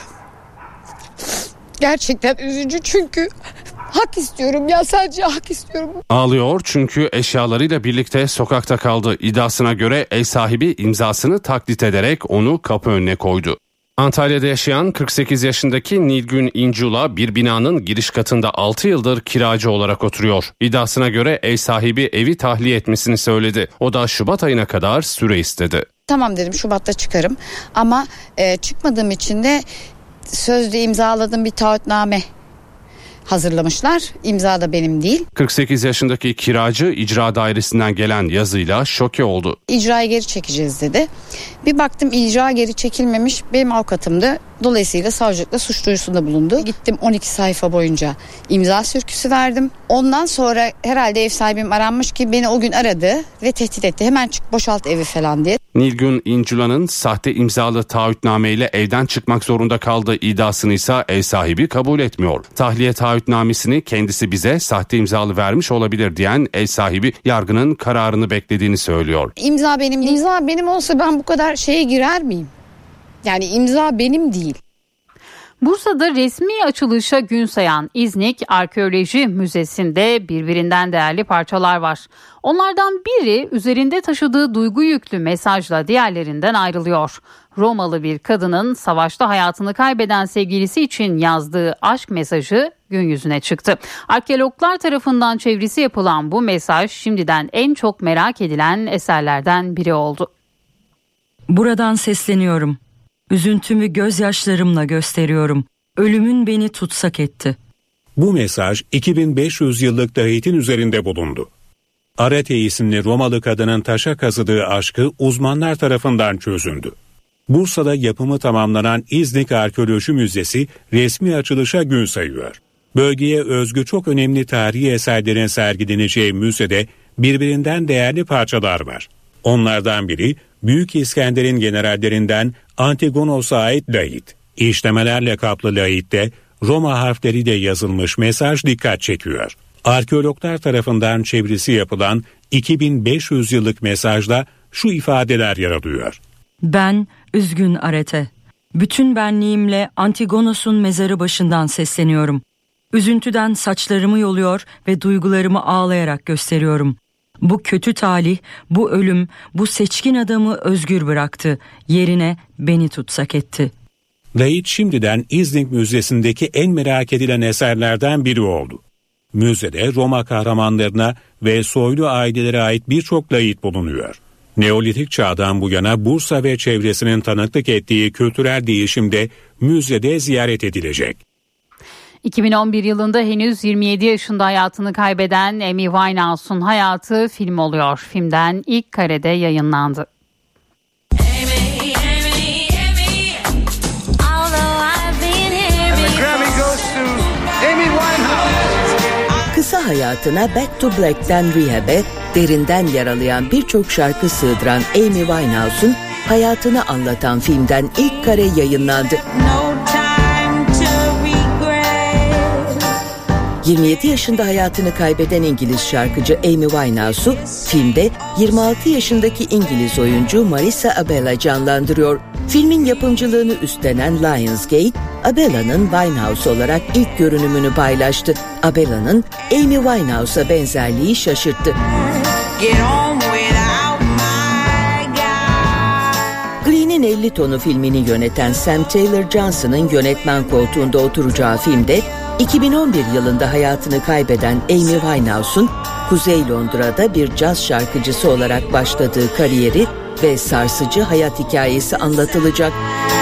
Gerçekten üzücü çünkü hak istiyorum ya, sadece hak istiyorum.
Ağlıyor çünkü eşyalarıyla birlikte sokakta kaldı. İddiasına göre ev sahibi imzasını taklit ederek onu kapı önüne koydu. Antalya'da yaşayan 48 yaşındaki Nilgün İncula bir binanın giriş katında 6 yıldır kiracı olarak oturuyor. İddiasına göre ev sahibi evi tahliye etmesini söyledi. O da Şubat ayına kadar süre istedi.
Tamam dedim, Şubat'ta çıkarım ama çıkmadığım için de sözlü imzaladığım bir taahhütname hazırlamışlar. İmza da benim değil.
48 yaşındaki kiracı icra dairesinden gelen yazıyla şoke oldu.
İcrayı geri çekeceğiz dedi. Bir baktım icra geri çekilmemiş, benim avukatımdı. Dolayısıyla savcılıkla suç duyurusunda bulundu. Gittim 12 sayfa boyunca imza sürküsü verdim. Ondan sonra herhalde ev sahibim aranmış ki beni o gün aradı ve tehdit etti. Hemen çık boşalt evi falan diye.
Nilgün İncula'nın sahte imzalı taahhütnameyle evden çıkmak zorunda kaldığı iddiasını ise ev sahibi kabul etmiyor. Tahliye taahhütnamesini kendisi bize sahte imzalı vermiş olabilir diyen ev sahibi yargının kararını beklediğini söylüyor.
İmza benim olsa ben bu kadar şeye girer miyim? Yani imza benim değil.
Bursa'da resmi açılışa gün sayan İznik Arkeoloji Müzesi'nde birbirinden değerli parçalar var. Onlardan biri üzerinde taşıdığı duygu yüklü mesajla diğerlerinden ayrılıyor. Romalı bir kadının savaşta hayatını kaybeden sevgilisi için yazdığı aşk mesajı gün yüzüne çıktı. Arkeologlar tarafından çevirisi yapılan bu mesaj şimdiden en çok merak edilen eserlerden biri oldu.
Buradan sesleniyorum. Üzüntümü gözyaşlarımla gösteriyorum. Ölümün beni tutsak etti.
Bu mesaj 2500 yıllık lahitin üzerinde bulundu. Arete isimli Romalı kadının taşa kazıdığı aşkı uzmanlar tarafından çözüldü. Bursa'da yapımı tamamlanan İznik Arkeoloji Müzesi resmi açılışa gün sayıyor. Bölgeye özgü çok önemli tarihi eserlerin sergileneceği müzede birbirinden değerli parçalar var. Onlardan biri Büyük İskender'in generallerinden Antigonos'a ait lahit. İşlemelerle kaplı lahitte Roma harfleriyle yazılmış mesaj dikkat çekiyor. Arkeologlar tarafından çevirisi yapılan 2500 yıllık mesajda şu ifadeler yer alıyor.
Ben üzgün Arete. Bütün benliğimle Antigonos'un mezarı başından sesleniyorum. Üzüntüden saçlarımı yoluyor ve duygularımı ağlayarak gösteriyorum. Bu kötü talih, bu ölüm, bu seçkin adamı özgür bıraktı. Yerine beni tutsak etti.
Lahit şimdiden İznik Müzesi'ndeki en merak edilen eserlerden biri oldu. Müzede Roma kahramanlarına ve soylu ailelere ait birçok lahit bulunuyor. Neolitik çağdan bu yana Bursa ve çevresinin tanıklık ettiği kültürel değişimde müzede ziyaret edilecek.
2011 yılında henüz 27 yaşında hayatını kaybeden Amy Winehouse'un hayatı film oluyor. Filmden ilk karede yayınlandı.
Kısa hayatına Back to Black'ten Rehab'e, derinden yaralayan birçok şarkı sığdıran Amy Winehouse'un hayatını anlatan filmden ilk kare yayınlandı. 27 yaşında hayatını kaybeden İngiliz şarkıcı Amy Winehouse'u filmde 26 yaşındaki İngiliz oyuncu Marisa Abela canlandırıyor. Filmin yapımcılığını üstlenen Lionsgate, Abela'nın Winehouse olarak ilk görünümünü paylaştı. Abela'nın Amy Winehouse'a benzerliği şaşırttı. Green'in 50 tonu filmini yöneten Sam Taylor Johnson'ın yönetmen koltuğunda oturacağı filmde 2011 yılında hayatını kaybeden Amy Winehouse'un Kuzey Londra'da bir caz şarkıcısı olarak başladığı kariyeri ve sarsıcı hayat hikayesi anlatılacak.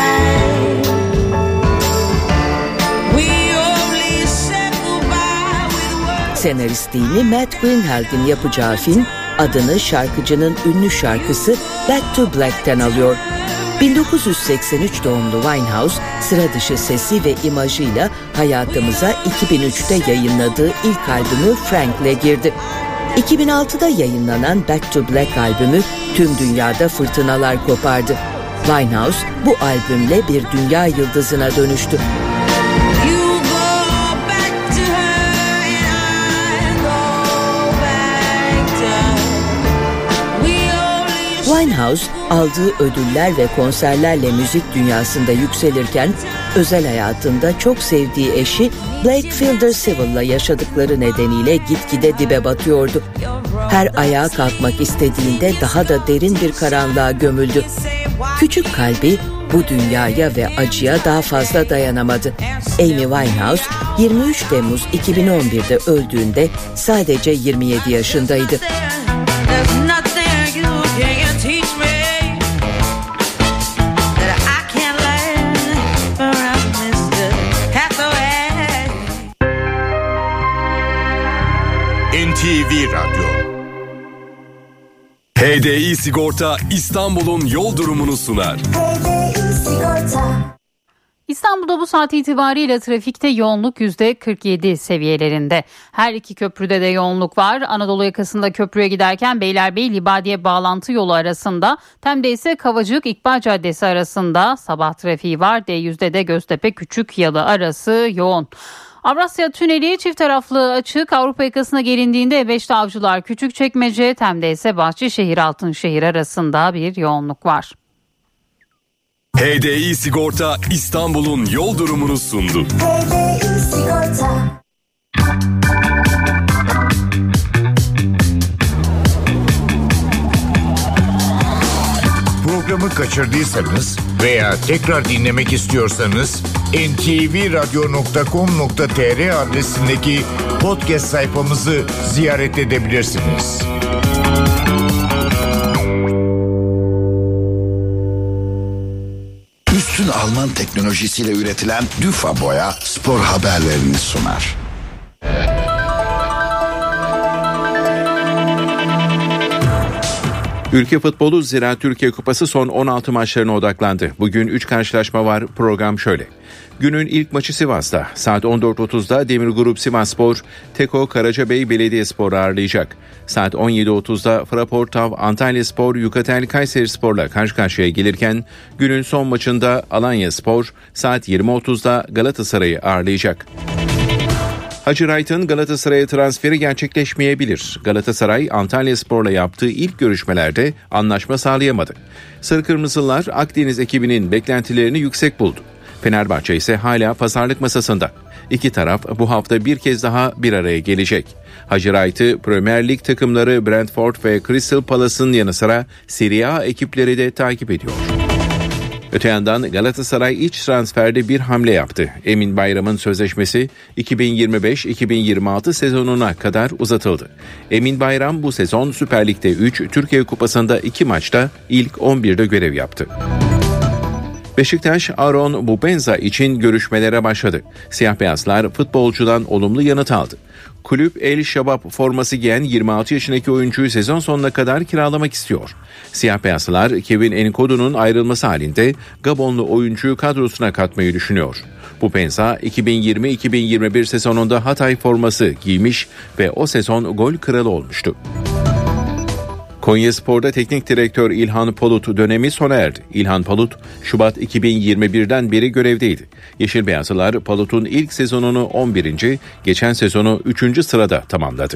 Senaristliğini Matt Greenhalgh'in yapacağı film adını şarkıcının ünlü şarkısı Back to Black'ten alıyor. 1983 doğumlu Winehouse, sıra dışı sesi ve imajıyla hayatımıza 2003'te yayınladığı ilk albümü Frank'le girdi. 2006'da yayınlanan Back to Black albümü tüm dünyada fırtınalar kopardı. Winehouse bu albümle bir dünya yıldızına dönüştü. Winehouse aldığı ödüller ve konserlerle müzik dünyasında yükselirken özel hayatında çok sevdiği eşi Blake Fielder Civill'la yaşadıkları nedeniyle gitgide dibe batıyordu. Her ayağa kalkmak istediğinde daha da derin bir karanlığa gömüldü. Küçük kalbi bu dünyaya ve acıya daha fazla dayanamadı. Amy Winehouse 23 Temmuz 2011'de öldüğünde sadece 27 yaşındaydı.
NTV Radyo. HDI Sigorta İstanbul'un yol durumunu sunar.
İstanbul'da bu saat itibariyle trafikte yoğunluk %47 seviyelerinde. Her iki köprüde de yoğunluk var. Anadolu yakasında köprüye giderken Beylerbeyi-Libadiye bağlantı yolu arasında, Tem'de ise Kavacık-İkbal Caddesi arasında sabah trafiği var. D100'de de Göztepe Küçükyalı arası yoğun. Avrasya Tüneli çift taraflı açık. Avrupa yakasına gelindiğinde E5'te Avcılar Küçükçekmece, Tem'de ise Bahçeşehir Altınşehir arasında bir yoğunluk var.
HDI Sigorta İstanbul'un yol durumunu sundu. HDI Sigorta.
Programı kaçırdıysanız veya tekrar dinlemek istiyorsanız ntvradio.com.tr adresindeki podcast sayfamızı ziyaret edebilirsiniz.
Üstün Alman teknolojisiyle üretilen Düfa Boya spor haberlerini sunar.
Ülke futbolu Zira Türkiye Kupası son 16 maçlarına odaklandı. Bugün 3 karşılaşma var. Program şöyle. Günün ilk maçı Sivas'ta. Saat 14.30'da Demirgrup Sivasspor, Teko Karacabey Belediyespor'u ağırlayacak. Saat 17.30'da Fraportav Antalyaspor, Yukatel Kayserispor'la karşı karşıya gelirken günün son maçında Alanyaspor saat 20.30'da Galatasaray'ı ağırlayacak. Hacı Wright'ın Galatasaray'a transferi gerçekleşmeyebilir. Galatasaray, Antalyaspor'la yaptığı ilk görüşmelerde anlaşma sağlayamadı. Sarı Kırmızılar Akdeniz ekibinin beklentilerini yüksek buldu. Fenerbahçe ise hala pazarlık masasında. İki taraf bu hafta bir kez daha bir araya gelecek. Hacı Wright'ı Premier Lig takımları Brentford ve Crystal Palace'ın yanı sıra Serie A ekipleri de takip ediyor. Öte yandan Galatasaray iç transferde bir hamle yaptı. Emin Bayram'ın sözleşmesi 2025-2026 sezonuna kadar uzatıldı. Emin Bayram bu sezon Süper Lig'de 3, Türkiye Kupası'nda 2 maçta ilk 11'de görev yaptı. Beşiktaş, Aaron Bubenza için görüşmelere başladı. Siyah beyazlar futbolcudan olumlu yanıt aldı. Kulüp El Şabab forması giyen 26 yaşındaki oyuncuyu sezon sonuna kadar kiralamak istiyor. Siyah beyazlar Kevin Enkodu'nun ayrılması halinde Gabonlu oyuncuyu kadrosuna katmayı düşünüyor. Bubenza 2020-2021 sezonunda Hatay forması giymiş ve o sezon gol kralı olmuştu. Konyaspor'da teknik direktör İlhan Palut dönemi sona erdi. İlhan Palut, Şubat 2021'den beri görevdeydi. Yeşil Beyazlılar Palut'un ilk sezonunu 11. geçen sezonu 3. sırada tamamladı.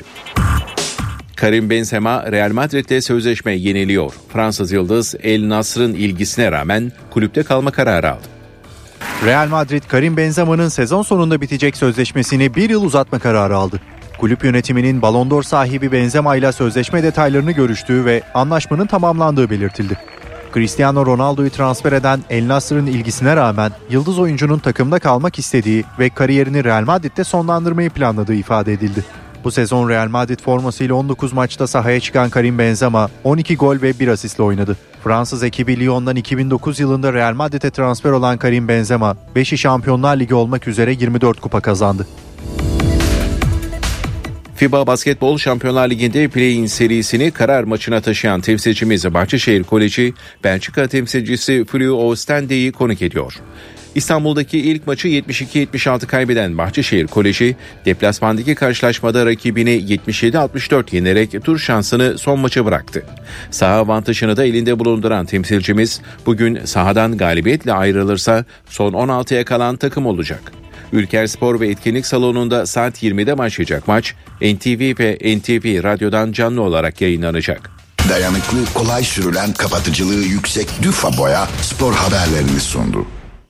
Karim Benzema Real Madrid'le sözleşme yeniliyor. Fransız yıldız El Nasr'ın ilgisine rağmen kulüpte kalma kararı aldı.
Real Madrid, Karim Benzema'nın sezon sonunda bitecek sözleşmesini bir yıl uzatma kararı aldı. Kulüp yönetiminin Ballon d'Or sahibi Benzema ile sözleşme detaylarını görüştüğü ve anlaşmanın tamamlandığı belirtildi. Cristiano Ronaldo'yu transfer eden El Nasr'ın ilgisine rağmen yıldız oyuncunun takımda kalmak istediği ve kariyerini Real Madrid'de sonlandırmayı planladığı ifade edildi. Bu sezon Real Madrid formasıyla 19 maçta sahaya çıkan Karim Benzema 12 gol ve 1 asistle oynadı. Fransız ekibi Lyon'dan 2009 yılında Real Madrid'e transfer olan Karim Benzema 5'i Şampiyonlar Ligi olmak üzere 24 kupa kazandı.
FIBA Basketbol Şampiyonlar Ligi'nde play-in serisini karar maçına taşıyan temsilcimiz Bahçeşehir Koleji, Belçika temsilcisi Flu Oostende'yi konuk ediyor. İstanbul'daki ilk maçı 72-76 kaybeden Bahçeşehir Koleji, deplasmandaki karşılaşmada rakibini 77-64 yenerek tur şansını son maça bıraktı. Saha avantajını da elinde bulunduran temsilcimiz, bugün sahadan galibiyetle ayrılırsa son 16'ya kalan takım olacak. Ülker Spor ve Etkinlik Salonu'nda saat 20'de başlayacak maç, NTV ve NTV Radyo'dan canlı olarak yayınlanacak.
Dayanıklı, kolay sürülen, kapatıcılığı yüksek Düfa Boya spor haberlerini sundu.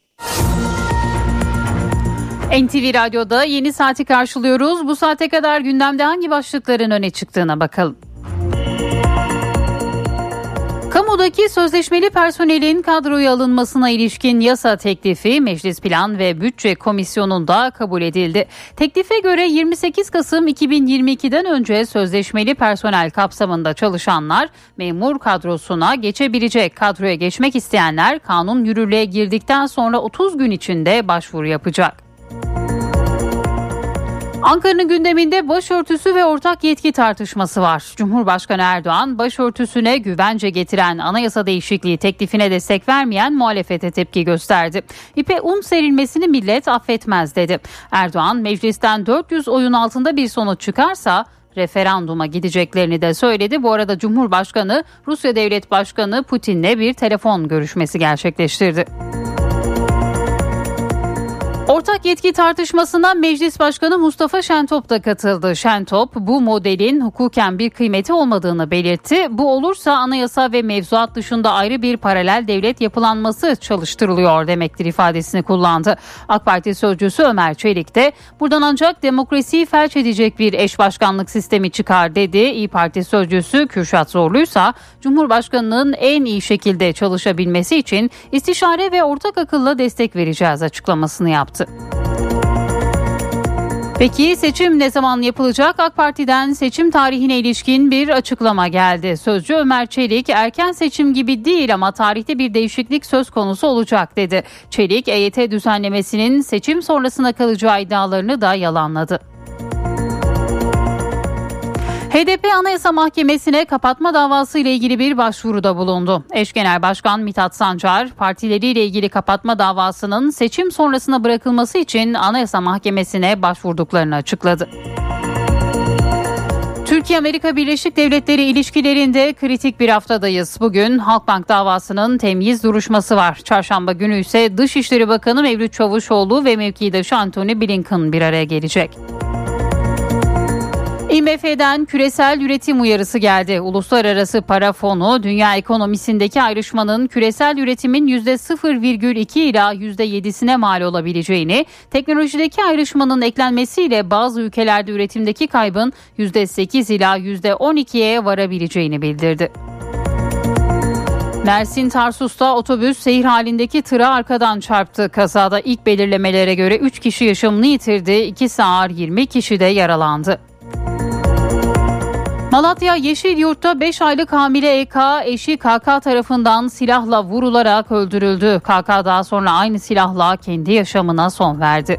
NTV Radyo'da yeni saati karşılıyoruz. Bu saate kadar gündemde hangi başlıkların öne çıktığına bakalım. Kamudaki sözleşmeli personelin kadroya alınmasına ilişkin yasa teklifi Meclis Plan ve Bütçe Komisyonu'nda kabul edildi. Teklife göre 28 Kasım 2022'den önce sözleşmeli personel kapsamında çalışanlar memur kadrosuna geçebilecek. Kadroya geçmek isteyenler kanun yürürlüğe girdikten sonra 30 gün içinde başvuru yapacak. Ankara'nın gündeminde başörtüsü ve ortak yetki tartışması var. Cumhurbaşkanı Erdoğan, başörtüsüne güvence getiren anayasa değişikliği teklifine destek vermeyen muhalefete tepki gösterdi. İpe un serilmesini millet affetmez dedi. Erdoğan, meclisten 400 oyun altında bir sonuç çıkarsa referanduma gideceklerini de söyledi. Bu arada Cumhurbaşkanı, Rusya Devlet Başkanı Putin'le bir telefon görüşmesi gerçekleştirdi. Ortak yetki tartışmasına Meclis Başkanı Mustafa Şentop da katıldı. Şentop, bu modelin hukuken bir kıymeti olmadığını belirtti. Bu olursa anayasa ve mevzuat dışında ayrı bir paralel devlet yapılanması çalıştırılıyor demektir ifadesini kullandı. AK Parti sözcüsü Ömer Çelik de buradan ancak demokrasiyi felç edecek bir eş başkanlık sistemi çıkar dedi. İYİ Parti sözcüsü Kürşat Zorluysa Cumhurbaşkanının en iyi şekilde çalışabilmesi için istişare ve ortak akılla destek vereceğiz açıklamasını yaptı. Peki seçim ne zaman yapılacak? AK Parti'den seçim tarihine ilişkin bir açıklama geldi. Sözcü Ömer Çelik, erken seçim gibi değil ama tarihte bir değişiklik söz konusu olacak dedi. Çelik, EYT düzenlemesinin seçim sonrasına kalacağı iddialarını da yalanladı. HDP Anayasa Mahkemesi'ne kapatma davası ile ilgili bir başvuruda bulundu. Eş Genel Başkan Mithat Sancar, partileriyle ilgili kapatma davasının seçim sonrasına bırakılması için Anayasa Mahkemesi'ne başvurduklarını açıkladı. Türkiye-Amerika Birleşik Devletleri ilişkilerinde kritik bir haftadayız. Bugün Halkbank davasının temyiz duruşması var. Çarşamba günü ise Dışişleri Bakanı Mevlüt Çavuşoğlu ve mevkidaşı Antony Blinken bir araya gelecek. IMF'den küresel üretim uyarısı geldi. Uluslararası Para Fonu, dünya ekonomisindeki ayrışmanın küresel üretimin %0,2 ila %7'sine mal olabileceğini, teknolojideki ayrışmanın eklenmesiyle bazı ülkelerde üretimdeki kaybın %8 ila %12'ye varabileceğini bildirdi. Mersin Tarsus'ta otobüs seyir halindeki tıra arkadan çarptı. Kazada ilk belirlemelere göre 3 kişi yaşamını yitirdi, 2 ağır 20 kişi de yaralandı. Malatya Yeşilyurt'ta 5 aylık hamile EK eşi KK tarafından silahla vurularak öldürüldü. KK daha sonra aynı silahla kendi yaşamına son verdi.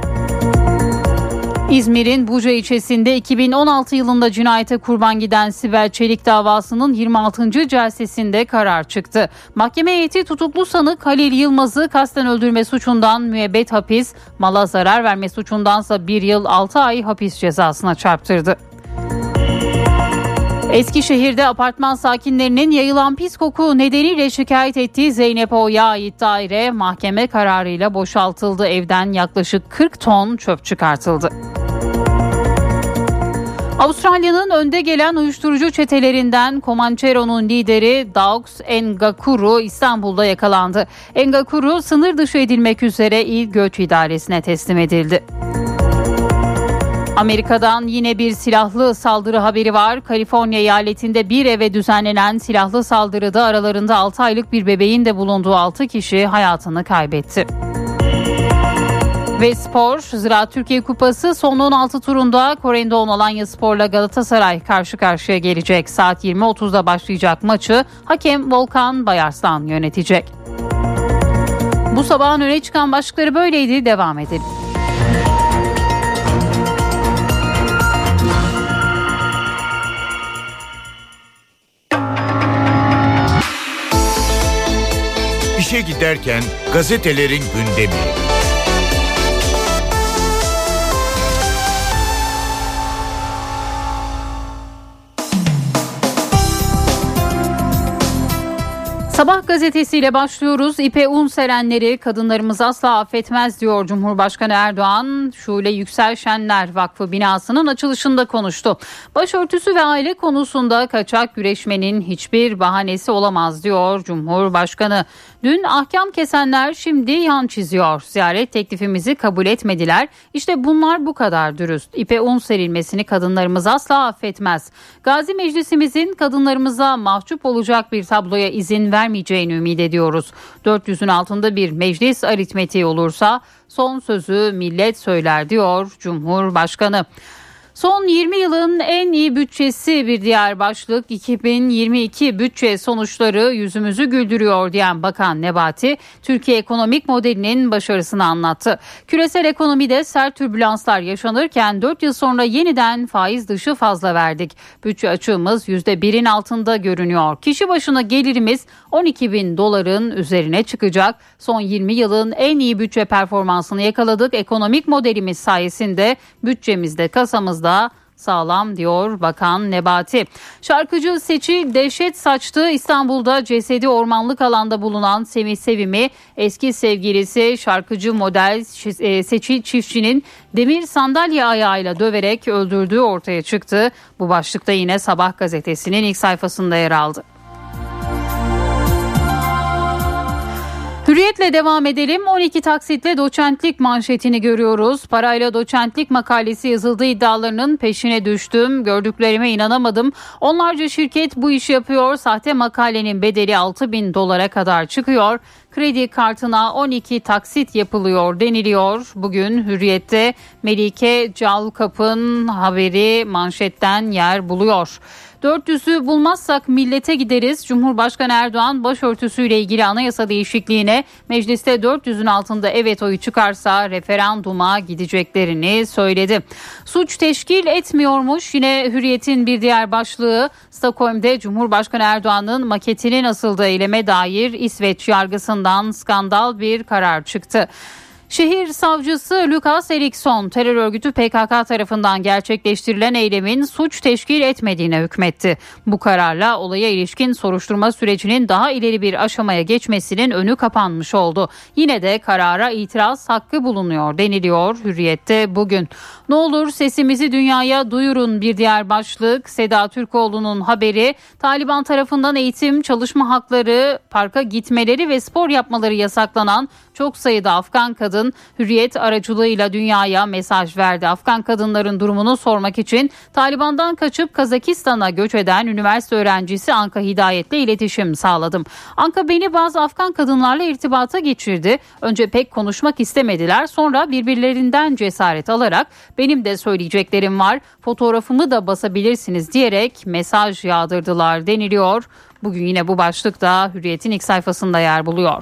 İzmir'in Buca ilçesinde 2016 yılında cinayete kurban giden Sibel Çelik davasının 26. celsesinde karar çıktı. Mahkeme heyeti tutuklu sanık Halil Yılmaz'ı kasten öldürme suçundan müebbet hapis, mala zarar verme suçundansa 1 yıl 6 ay hapis cezasına çarptırdı. Eskişehir'de apartman sakinlerinin yayılan pis koku nedeniyle şikayet ettiği Zeynep O'ya ait daire mahkeme kararıyla boşaltıldı. Evden yaklaşık 40 ton çöp çıkartıldı. Avustralya'nın önde gelen uyuşturucu çetelerinden Comanchero'nun lideri Dauks Ngakuru İstanbul'da yakalandı. Ngakuru sınır dışı edilmek üzere İl Göç İdaresi'ne teslim edildi. Amerika'dan yine bir silahlı saldırı haberi var. Kaliforniya eyaletinde bir eve düzenlenen silahlı saldırıda aralarında 6 aylık bir bebeğin de bulunduğu 6 kişi hayatını kaybetti. Ve spor, Ziraat Türkiye Kupası son 16 turunda Korendon Alanyaspor'la Galatasaray karşı karşıya gelecek. Saat 20.30'da başlayacak maçı hakem Volkan Bayarslan yönetecek. Bu sabahın öne çıkan başlıkları böyleydi, devam edelim.
İşe giderken gazetelerin gündemi.
Sabah gazetesiyle başlıyoruz. İpe un serenleri kadınlarımız asla affetmez diyor Cumhurbaşkanı Erdoğan. Şule Yüksel Şenler Vakfı binasının açılışında konuştu. Başörtüsü ve aile konusunda kaçak güreşmenin hiçbir bahanesi olamaz diyor Cumhurbaşkanı. Dün ahkam kesenler şimdi yan çiziyor. Ziyaret teklifimizi kabul etmediler. İşte bunlar bu kadar dürüst. İpe un serilmesini kadınlarımız asla affetmez. Gazi Meclisimizin kadınlarımıza mahcup olacak bir tabloya izin vermeyeceğini ümit ediyoruz. 400'ün altında bir meclis aritmetiği olursa son sözü millet söyler diyor Cumhurbaşkanı. Son 20 yılın en iyi bütçesi bir diğer başlık. 2022 bütçe sonuçları yüzümüzü güldürüyor diyen Bakan Nebati, Türkiye ekonomik modelinin başarısını anlattı. Küresel ekonomide sert türbülanslar yaşanırken 4 yıl sonra yeniden faiz dışı fazla verdik. Bütçe açığımız %1'in altında görünüyor. Kişi başına gelirimiz 12.000 doların üzerine çıkacak. Son 20 yılın en iyi bütçe performansını yakaladık. Ekonomik modelimiz sayesinde bütçemizde, kasamızda sağlam diyor Bakan Nebati. Şarkıcı Seçil dehşet saçtı. İstanbul'da cesedi ormanlık alanda bulunan Semih Sevim'i eski sevgilisi şarkıcı model Seçil Çiftçi'nin demir sandalye ayağıyla döverek öldürdüğü ortaya çıktı. Bu başlıkta yine Sabah gazetesinin ilk sayfasında yer aldı. Hürriyetle devam edelim. 12 taksitle doçentlik manşetini görüyoruz. Parayla doçentlik makalesi yazıldığı iddialarının peşine düştüm. Gördüklerime inanamadım. Onlarca şirket bu işi yapıyor. Sahte makalenin bedeli 6.000 dolara kadar çıkıyor. Kredi kartına 12 taksit yapılıyor deniliyor. Bugün Hürriyet'te Melike Calkap'ın haberi manşetten yer buluyor. 400'ü bulmazsak millete gideriz. Cumhurbaşkanı Erdoğan başörtüsüyle ilgili anayasa değişikliğine mecliste 400'ün altında evet oyu çıkarsa referanduma gideceklerini söyledi. Suç teşkil etmiyormuş. Yine Hürriyet'in bir diğer başlığı Stockholm'de Cumhurbaşkanı Erdoğan'ın maketinin asıldığı eyleme dair İsveç yargısından skandal bir karar çıktı. Şehir savcısı Lukas Eriksson terör örgütü PKK tarafından gerçekleştirilen eylemin suç teşkil etmediğine hükmetti. Bu kararla olaya ilişkin soruşturma sürecinin daha ileri bir aşamaya geçmesinin önü kapanmış oldu. Yine de karara itiraz hakkı bulunuyor deniliyor Hürriyet'te bugün. Ne olur sesimizi dünyaya duyurun bir diğer başlık. Seda Türkoğlu'nun haberi. Taliban tarafından eğitim, çalışma hakları, parka gitmeleri ve spor yapmaları yasaklanan çok sayıda Afgan kadın Hürriyet aracılığıyla dünyaya mesaj verdi. Afgan kadınların durumunu sormak için Taliban'dan kaçıp Kazakistan'a göç eden üniversite öğrencisi Anka Hidayet'le iletişim sağladım. Anka beni bazı Afgan kadınlarla irtibata geçirdi. Önce pek konuşmak istemediler. Sonra birbirlerinden cesaret alarak benim de söyleyeceklerim var, fotoğrafımı da basabilirsiniz diyerek mesaj yağdırdılar deniliyor. Bugün yine bu başlık da Hürriyet'in ilk sayfasında yer buluyor.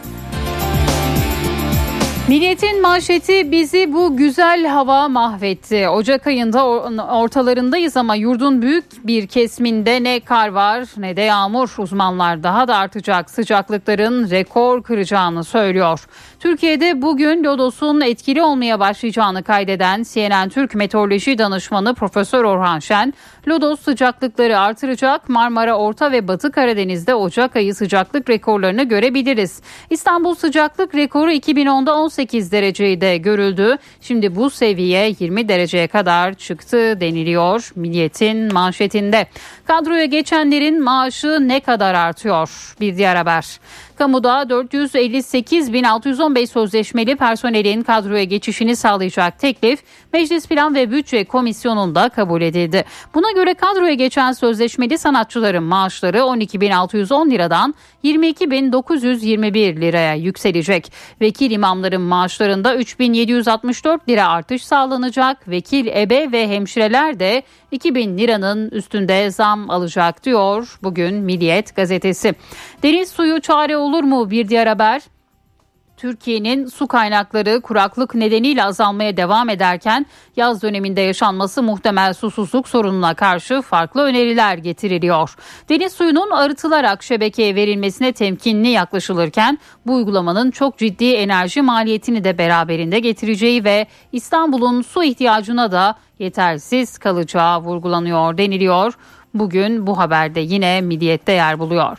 Milliyet'in manşeti bizi bu güzel hava mahvetti. Ocak ayında ortalarındayız ama yurdun büyük bir kesiminde ne kar var ne de yağmur. Uzmanlar daha da artacak sıcaklıkların rekor kıracağını söylüyor. Türkiye'de bugün lodosun etkili olmaya başlayacağını kaydeden CNN Türk Meteoroloji Danışmanı Profesör Orhan Şen, lodos sıcaklıkları artıracak. Marmara, Orta ve Batı Karadeniz'de Ocak ayı sıcaklık rekorlarını görebiliriz. İstanbul sıcaklık rekoru 2010'da 18 dereceyi de görüldü. Şimdi bu seviye 20 dereceye kadar çıktı deniliyor Milliyet'in manşetinde. Kadroya geçenlerin maaşı ne kadar artıyor? Bir diğer haber. Kamuda 458.615 sözleşmeli personelin kadroya geçişini sağlayacak teklif Meclis Plan ve Bütçe Komisyonu'nda kabul edildi. Buna göre kadroya geçen sözleşmeli sanatçıların maaşları 12.610 liradan 22.921 liraya yükselecek. Vekil imamların maaşlarında 3.764 lira artış sağlanacak. Vekil, ebe ve hemşireler de 2.000 liranın üstünde zam alacak diyor bugün Milliyet gazetesi. Deniz suyu çare olur mu? Bir diğer haber. Türkiye'nin su kaynakları kuraklık nedeniyle azalmaya devam ederken yaz döneminde yaşanması muhtemel susuzluk sorununa karşı farklı öneriler getiriliyor. Deniz suyunun arıtılarak şebekeye verilmesine temkinli yaklaşılırken bu uygulamanın çok ciddi enerji maliyetini de beraberinde getireceği ve İstanbul'un su ihtiyacına da yetersiz kalacağı vurgulanıyor deniliyor. Bugün bu haberde yine Milliyet'te yer buluyor.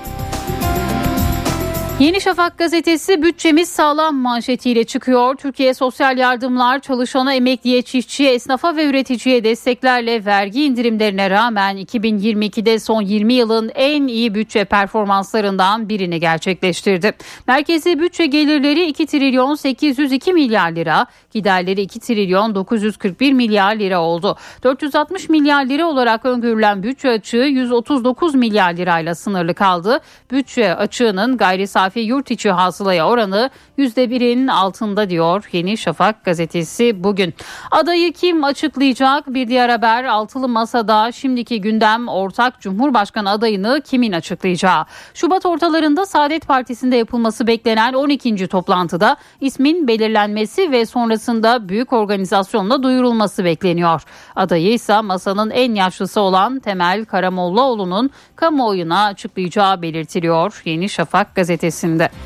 Yeni Şafak gazetesi bütçemiz sağlam manşetiyle çıkıyor. Türkiye sosyal yardımlar çalışana, emekliye, çiftçiye, esnafa ve üreticiye desteklerle vergi indirimlerine rağmen 2022'de son 20 yılın en iyi bütçe performanslarından birini gerçekleştirdi. Merkezi bütçe gelirleri 2 trilyon 802 milyar lira, giderleri 2 trilyon 941 milyar lira oldu. 460 milyar lira olarak öngörülen bütçe açığı 139 milyar lirayla sınırlı kaldı. Bütçe açığının gayri safi yurt içi hasılaya oranı %1'in altında diyor Yeni Şafak gazetesi bugün. Adayı kim açıklayacak? Bir diğer haber altılı masada şimdiki gündem ortak Cumhurbaşkanı adayını kimin açıklayacağı. Şubat ortalarında Saadet Partisi'nde yapılması beklenen 12. toplantıda ismin belirlenmesi ve sonrasında büyük organizasyonla duyurulması bekleniyor. Adayı ise masanın en yaşlısı olan Temel Karamollaoğlu'nun kamuoyuna açıklayacağı belirtiliyor Yeni Şafak gazetesi.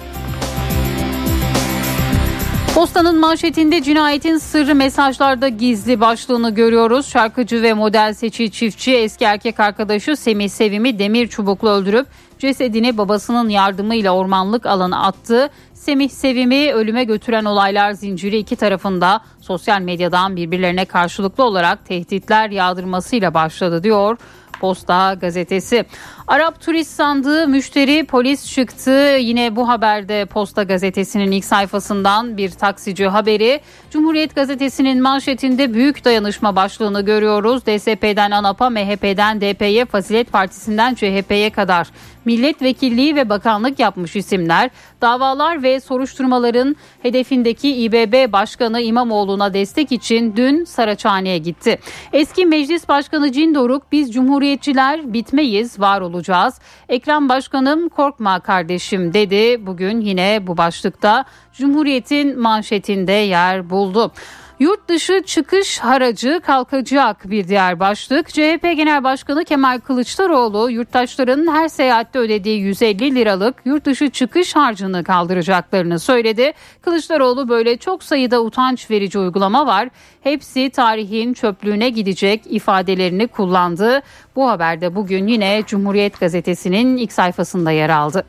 Postanın manşetinde cinayetin sırrı mesajlarda gizli başlığını görüyoruz. Şarkıcı ve model Seçil Çiftçi eski erkek arkadaşı Semih Sevim'i demir çubukla öldürüp cesedini babasının yardımıyla ormanlık alana attı. Semih Sevim'i ölüme götüren olaylar zinciri iki tarafında sosyal medyadan birbirlerine karşılıklı olarak tehditler yağdırmasıyla başladı diyor Posta gazetesi. Arap turist sandığı müşteri polis çıktı. Yine bu haberde Posta gazetesinin ilk sayfasından bir taksici haberi. Cumhuriyet gazetesinin manşetinde büyük dayanışma başlığını görüyoruz. DSP'den ANAP'a, MHP'den DP'ye, Fazilet Partisi'nden CHP'ye kadar milletvekilliği ve bakanlık yapmış isimler davalar ve soruşturmaların hedefindeki İBB Başkanı İmamoğlu'na destek için dün Saraçhane'ye gitti. Eski Meclis Başkanı Cindoruk, biz Cumhuriyetçiler bitmeyiz, var olacağız. Ekrem Başkanım korkma kardeşim dedi. Bugün yine bu başlıkta Cumhuriyet'in manşetinde yer buldu. Yurt dışı çıkış haracı kalkacak bir diğer başlık. CHP Genel Başkanı Kemal Kılıçdaroğlu yurttaşların her seyahatte ödediği 150 liralık yurt dışı çıkış harcını kaldıracaklarını söyledi. Kılıçdaroğlu böyle çok sayıda utanç verici uygulama var. Hepsi tarihin çöplüğüne gidecek ifadelerini kullandı. Bu haberde bugün yine Cumhuriyet Gazetesi'nin ilk sayfasında yer aldı.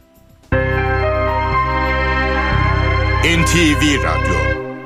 NTV Radyo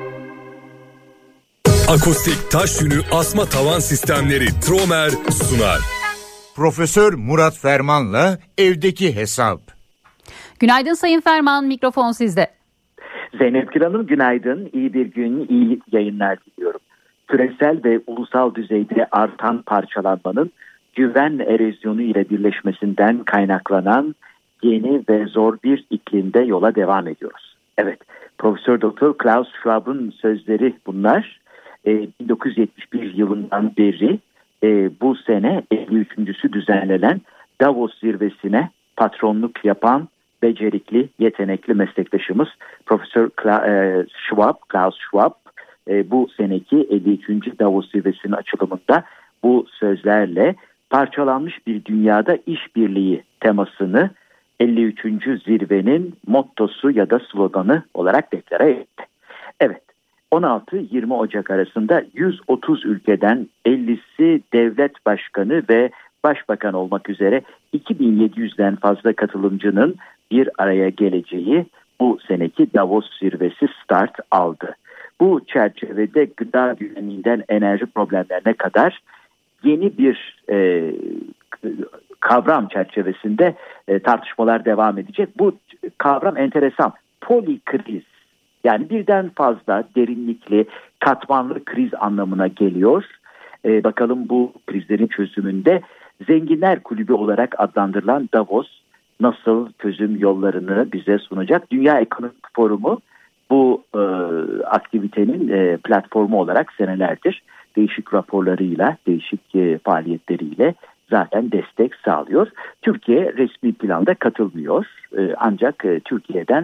Akustik taş yünü asma tavan sistemleri Tromer sunar.
Profesör Murat Ferman'la evdeki hesap.
Günaydın Sayın Ferman, mikrofon sizde.
Zeynep Gül Hanım günaydın, iyi bir gün, iyi yayınlar diliyorum. Küresel ve ulusal düzeyde artan parçalanmanın güven erozyonu ile birleşmesinden kaynaklanan yeni ve zor bir iklimde yola devam ediyoruz. Evet, Profesör Doktor Klaus Schwab'ın sözleri bunlar. 1971 yılından beri bu sene 53.sü düzenlenen Davos zirvesine patronluk yapan becerikli, yetenekli meslektaşımız Profesör Klaus Schwab bu seneki 53. Davos zirvesinin açılımında bu sözlerle parçalanmış bir dünyada işbirliği temasını 53. zirvenin mottosu ya da sloganı olarak deklare etti. Evet. 16-20 Ocak arasında 130 ülkeden 50'si devlet başkanı ve başbakan olmak üzere 2700'den fazla katılımcının bir araya geleceği bu seneki Davos zirvesi start aldı. Bu çerçevede gıda güvenliğinden enerji problemlerine kadar yeni bir kavram çerçevesinde tartışmalar devam edecek. Bu kavram enteresan. Polikriz. Yani birden fazla derinlikli, katmanlı kriz anlamına geliyor. Bakalım bu krizlerin çözümünde Zenginler Kulübü olarak adlandırılan Davos nasıl çözüm yollarını bize sunacak? Dünya Ekonomik Forumu bu aktivitenin platformu olarak senelerdir değişik raporlarıyla, değişik faaliyetleriyle zaten destek sağlıyor. Türkiye resmi planda katılmıyor. Ancak Türkiye'den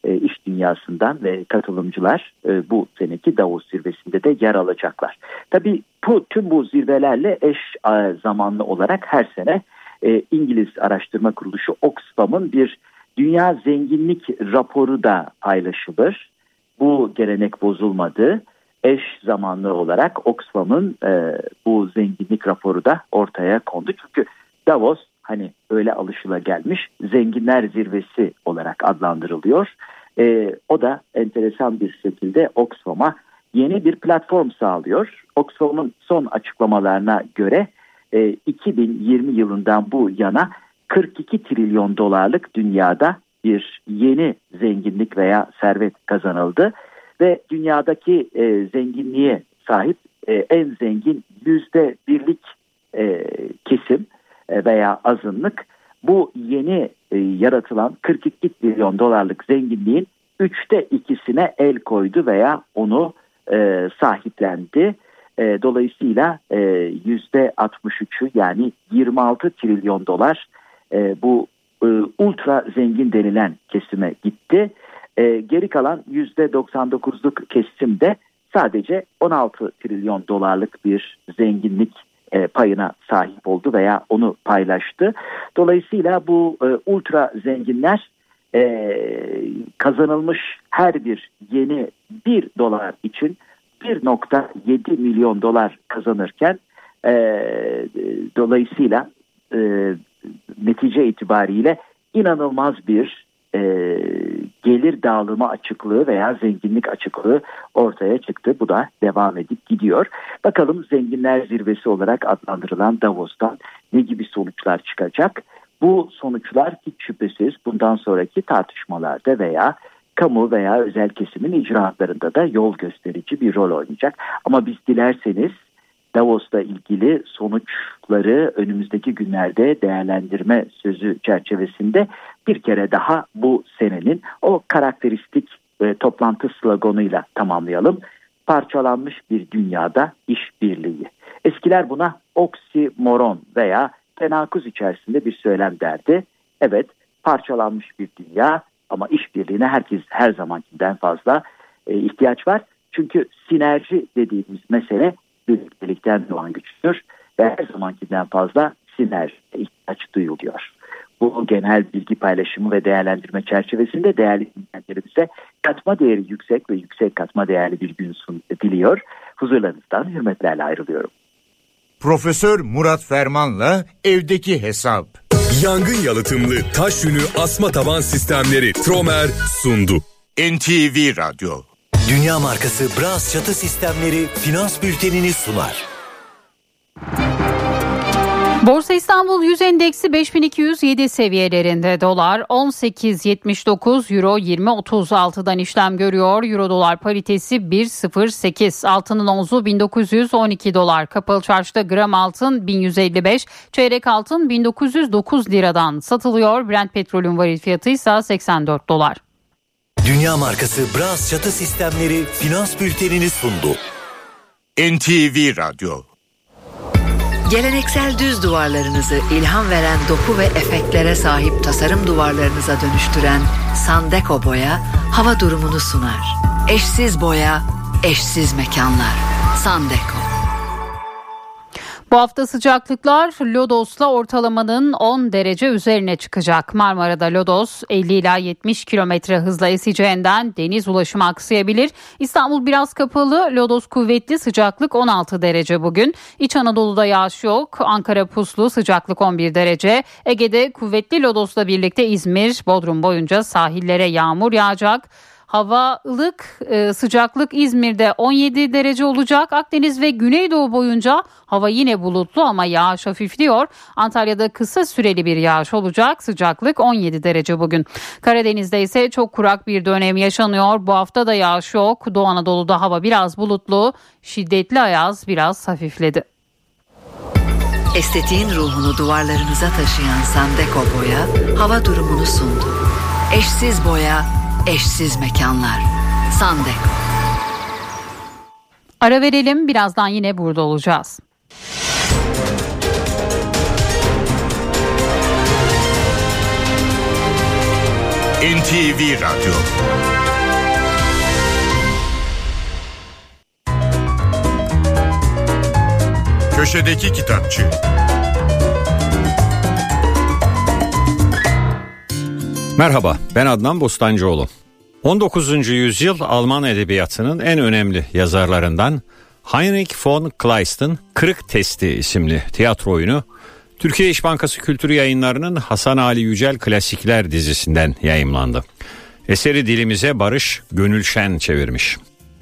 iş dünyasından ve katılımcılar bu seneki Davos zirvesinde de yer alacaklar. Tabii tüm bu zirvelerle eş zamanlı olarak her sene İngiliz araştırma kuruluşu Oxfam'ın bir dünya zenginlik raporu da paylaşılır. Bu gelenek bozulmadı. Eş zamanlı olarak Oxfam'ın bu zenginlik raporu da ortaya kondu. Çünkü Davos hani öyle alışılagelmiş zenginler zirvesi olarak adlandırılıyor. O da enteresan bir şekilde Oxfam'a yeni bir platform sağlıyor. Oxfam'ın son açıklamalarına göre 2020 yılından bu yana 42 trilyon dolarlık dünyada bir yeni zenginlik veya servet kazanıldı. Ve dünyadaki zenginliğe sahip en zengin %1'lik kesim veya azınlık bu yeni yaratılan 42 trilyon dolarlık zenginliğin 2/3'üne el koydu veya onu sahiplendi. Dolayısıyla %63'ü yani 26 trilyon dolar bu ultra zengin denilen kesime gitti. Geri kalan %99'luk kesimde sadece 16 trilyon dolarlık bir zenginlik payına sahip oldu veya onu paylaştı. Dolayısıyla bu ultra zenginler kazanılmış her bir yeni $1 için 1.7 milyon dolar kazanırken dolayısıyla netice itibariyle inanılmaz bir gelir dağılımı açıklığı veya zenginlik açıklığı ortaya çıktı. Bu da devam edip gidiyor. Bakalım zenginler zirvesi olarak adlandırılan Davos'tan ne gibi sonuçlar çıkacak? Bu sonuçlar hiç şüphesiz bundan sonraki tartışmalarda veya kamu veya özel kesimin icraatlarında da yol gösterici bir rol oynayacak. Ama biz dilerseniz Davos'la ilgili sonuçları önümüzdeki günlerde değerlendirme sözü çerçevesinde bir kere daha bu senenin o karakteristik toplantı sloganıyla tamamlayalım. Parçalanmış bir dünyada işbirliği. Eskiler buna oksimoron veya tenakuz içerisinde bir söylem derdi. Evet, parçalanmış bir dünya ama işbirliğine herkes her zamankinden fazla ihtiyaç var. Çünkü sinerji dediğimiz mesele birliktelikten doğan güçtür ve her zamankinden fazla sinerjiye ihtiyaç duyuluyor. Bu genel bilgi paylaşımı ve değerlendirme çerçevesinde değerli dinleyenlerimize katma değeri yüksek ve yüksek katma değerli bir gün diliyor. Huzurlarınızdan hürmetlerle ayrılıyorum.
Profesör Murat Ferman'la evdeki hesap.
Yangın yalıtımlı taş yünü asma taban sistemleri Tromer sundu.
NTV Radyo.
Dünya markası Bras çatı sistemleri finans bültenini sunar.
Borsa İstanbul 100 endeksi 5207 seviyelerinde, dolar 18.79, euro 20.36'dan işlem görüyor. Euro dolar paritesi 1.08, altının onzu 1912 dolar, kapalı çarşıda gram altın 1155, çeyrek altın 1909 liradan satılıyor. Brent petrolün varil fiyatı ise 84 dolar.
Dünya markası Bras çatı sistemleri finans bültenini sundu.
NTV Radyo.
Geleneksel düz duvarlarınızı ilham veren doku ve efektlere sahip tasarım duvarlarınıza dönüştüren Sandeko Boya hava durumunu sunar. Eşsiz boya, eşsiz mekanlar. Sandeko.
Bu hafta sıcaklıklar Lodos'la ortalamanın 10 derece üzerine çıkacak. Marmara'da Lodos 50 ila 70 kilometre hızla eseceğinden deniz ulaşımı aksayabilir. İstanbul biraz kapalı, Lodos kuvvetli, sıcaklık 16 derece bugün. İç Anadolu'da yağış yok. Ankara puslu, sıcaklık 11 derece. Ege'de kuvvetli Lodos'la birlikte İzmir, Bodrum boyunca sahillere yağmur yağacak. Hava ılık, sıcaklık İzmir'de 17 derece olacak. Akdeniz ve Güneydoğu boyunca hava yine bulutlu ama yağış hafifliyor. Antalya'da kısa süreli bir yağış olacak. Sıcaklık 17 derece bugün. Karadeniz'de ise çok kurak bir dönem yaşanıyor. Bu hafta da yağış yok. Doğu Anadolu'da hava biraz bulutlu. Şiddetli ayaz biraz hafifledi.
Estetiğin ruhunu duvarlarınıza taşıyan Sandeko Boya hava durumunu sundu. Eşsiz boya, eşsiz mekanlar. Sandeko.
Ara verelim, birazdan yine burada olacağız.
NTV Radyo. Köşedeki Kitapçı.
Merhaba, ben Adnan Bostancıoğlu. 19. yüzyıl Alman edebiyatının en önemli yazarlarından Heinrich von Kleist'in Kırık Testi isimli tiyatro oyunu Türkiye İş Bankası Kültür Yayınları'nın Hasan Ali Yücel Klasikler dizisinden yayımlandı. Eseri dilimize Barış Gönülşen çevirmiş.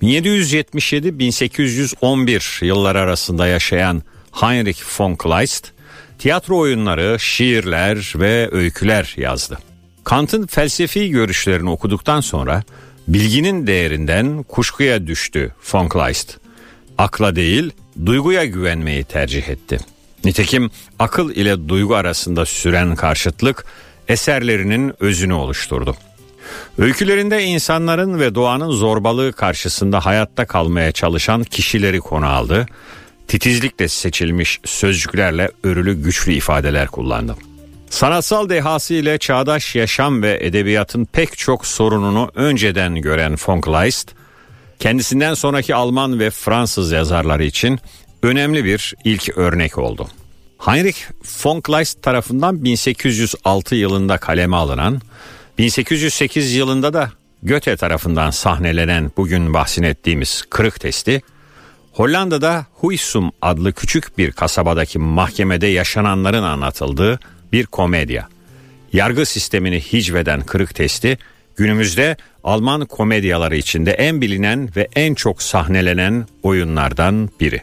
1777-1811 yıllar arasında yaşayan Heinrich von Kleist, tiyatro oyunları, şiirler ve öyküler yazdı. Kant'ın felsefi görüşlerini okuduktan sonra bilginin değerinden kuşkuya düştü von Kleist. Akla değil, duyguya güvenmeyi tercih etti. Nitekim akıl ile duygu arasında süren karşıtlık eserlerinin özünü oluşturdu. Öykülerinde insanların ve doğanın zorbalığı karşısında hayatta kalmaya çalışan kişileri konu aldı. Titizlikle seçilmiş sözcüklerle örülü güçlü ifadeler kullandı. Sanatsal dehası ile çağdaş yaşam ve edebiyatın pek çok sorununu önceden gören von Kleist, kendisinden sonraki Alman ve Fransız yazarları için önemli bir ilk örnek oldu. Heinrich von Kleist tarafından 1806 yılında kaleme alınan, 1808 yılında da Goethe tarafından sahnelenen bugün bahsettiğimiz Kırık Testi, Hollanda'da Huysum adlı küçük bir kasabadaki mahkemede yaşananların anlatıldığı bir komedya. Yargı sistemini hicveden Kırık Testi, günümüzde Alman komedyaları içinde en bilinen ve en çok sahnelenen oyunlardan biri.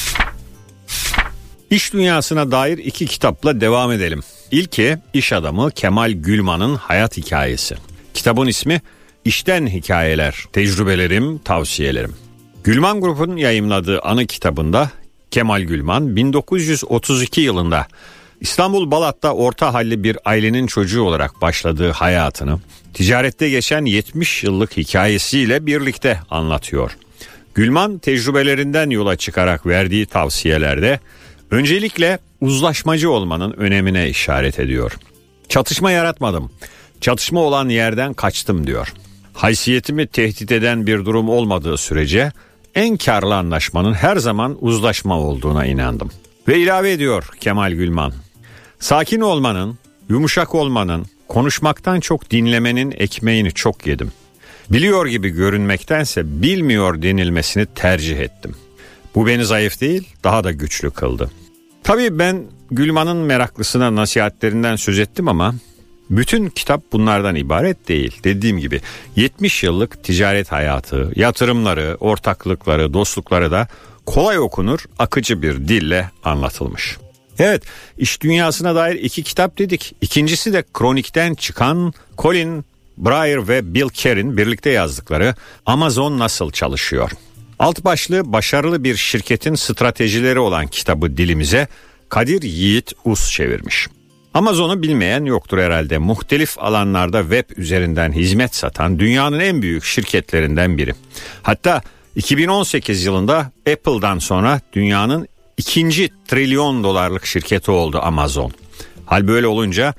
İş dünyasına dair 2 kitapla devam edelim. İlki iş adamı Kemal Gülman'ın hayat hikayesi. Kitabın ismi İşten Hikayeler, Tecrübelerim, Tavsiyelerim. Gülman Grup'un yayımladığı anı kitabında Kemal Gülman 1932 yılında İstanbul Balat'ta orta halli bir ailenin çocuğu olarak başladığı hayatını ticarette geçen 70 yıllık hikayesiyle birlikte anlatıyor. Gülman tecrübelerinden yola çıkarak verdiği tavsiyelerde öncelikle uzlaşmacı olmanın önemine işaret ediyor. Çatışma yaratmadım, çatışma olan yerden kaçtım diyor. Haysiyetimi tehdit eden bir durum olmadığı sürece en karlı anlaşmanın her zaman uzlaşma olduğuna inandım. Ve ilave ediyor Kemal Gülman. Sakin olmanın, yumuşak olmanın, konuşmaktan çok dinlemenin ekmeğini çok yedim. Biliyor gibi görünmektense bilmiyor denilmesini tercih ettim. Bu beni zayıf değil, daha da güçlü kıldı. Tabii ben Gülman'ın meraklısına nasihatlerinden söz ettim ama bütün kitap bunlardan ibaret değil. Dediğim gibi 70 yıllık ticaret hayatı, yatırımları, ortaklıkları, dostlukları da kolay okunur, akıcı bir dille anlatılmış. Evet, iş dünyasına dair 2 kitap dedik. İkincisi de kronikten çıkan Colin Breyer ve Bill Kerr'in birlikte yazdıkları Amazon Nasıl Çalışıyor. Alt başlığı başarılı bir şirketin stratejileri olan kitabı dilimize Kadir Yiğit Us çevirmiş. Amazon'u bilmeyen yoktur herhalde. Muhtelif alanlarda web üzerinden hizmet satan dünyanın en büyük şirketlerinden biri. Hatta 2018 yılında Apple'dan sonra dünyanın 2. trilyon dolarlık şirketi oldu Amazon. Hal böyle olunca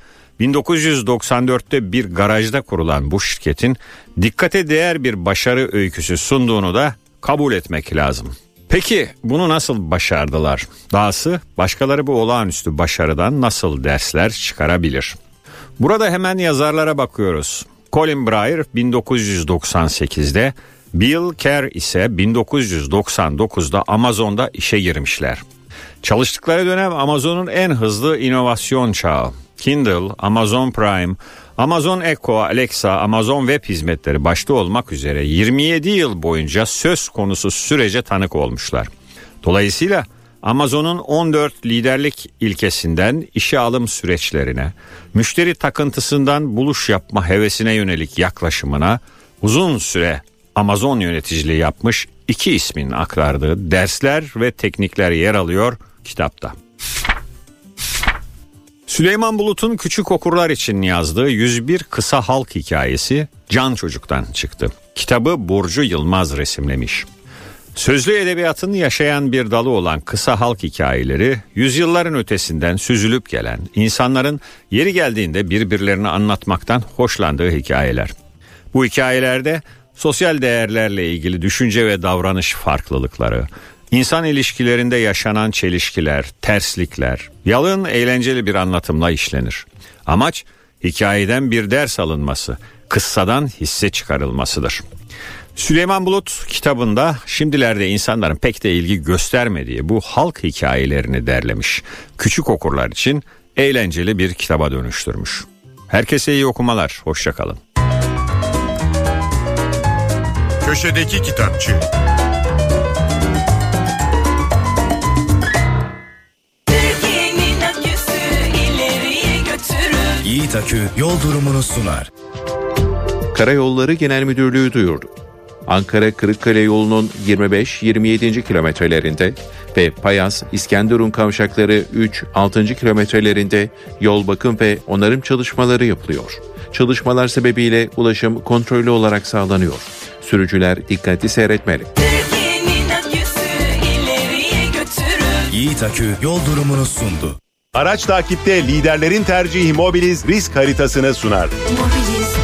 1994'te bir garajda kurulan bu şirketin dikkate değer bir başarı öyküsü sunduğunu da kabul etmek lazım. Peki bunu nasıl başardılar? Dahası başkaları bu olağanüstü başarıdan nasıl dersler çıkarabilir? Burada hemen yazarlara bakıyoruz. Colin Breyer 1998'de, Bill Kerr ise 1999'da Amazon'da işe girmişler. Çalıştıkları dönem Amazon'un en hızlı inovasyon çağı. Kindle, Amazon Prime, Amazon Echo, Alexa, Amazon Web hizmetleri başta olmak üzere 27 yıl boyunca söz konusu sürece tanık olmuşlar. Dolayısıyla Amazon'un 14 liderlik ilkesinden işe alım süreçlerine, müşteri takıntısından buluş yapma hevesine yönelik yaklaşımına uzun süre Amazon yöneticiliği yapmış 2 ismin aktardığı dersler ve teknikler yer alıyor kitapta. Süleyman Bulut'un küçük okurlar için yazdığı 101 kısa halk hikayesi Can Çocuk'tan çıktı. Kitabı Burcu Yılmaz resimlemiş. Sözlü edebiyatın yaşayan bir dalı olan kısa halk hikayeleri, yüzyılların ötesinden süzülüp gelen, insanların yeri geldiğinde birbirlerini anlatmaktan hoşlandığı hikayeler. Bu hikayelerde sosyal değerlerle ilgili düşünce ve davranış farklılıkları, insan ilişkilerinde yaşanan çelişkiler, terslikler, yalın eğlenceli bir anlatımla işlenir. Amaç hikayeden bir ders alınması, kıssadan hisse çıkarılmasıdır. Süleyman Bulut kitabında şimdilerde insanların pek de ilgi göstermediği bu halk hikayelerini derlemiş. Küçük okurlar için eğlenceli bir kitaba dönüştürmüş. Herkese iyi okumalar, hoşça kalın.
Köşedeki Kitapçı.
Türkiye'nin aküsü ileriye götürür.
Yiğit Akü yol durumunu sunar.
Karayolları Genel Müdürlüğü duyurdu. Ankara-Kırıkkale yolunun 25-27. kilometrelerinde ve Payas-İskenderun kavşakları 3-6. kilometrelerinde yol bakım ve onarım çalışmaları yapılıyor. Çalışmalar sebebiyle ulaşım kontrollü olarak sağlanıyor. Sürücüler dikkatli seyretmeli.
Türkiye'nin aküsü ileriye götürür.
Yiğit Akü yol durumunu sundu.
Araç takipte liderlerin tercihi Mobiliz risk haritasını sunar.
Mobiliz.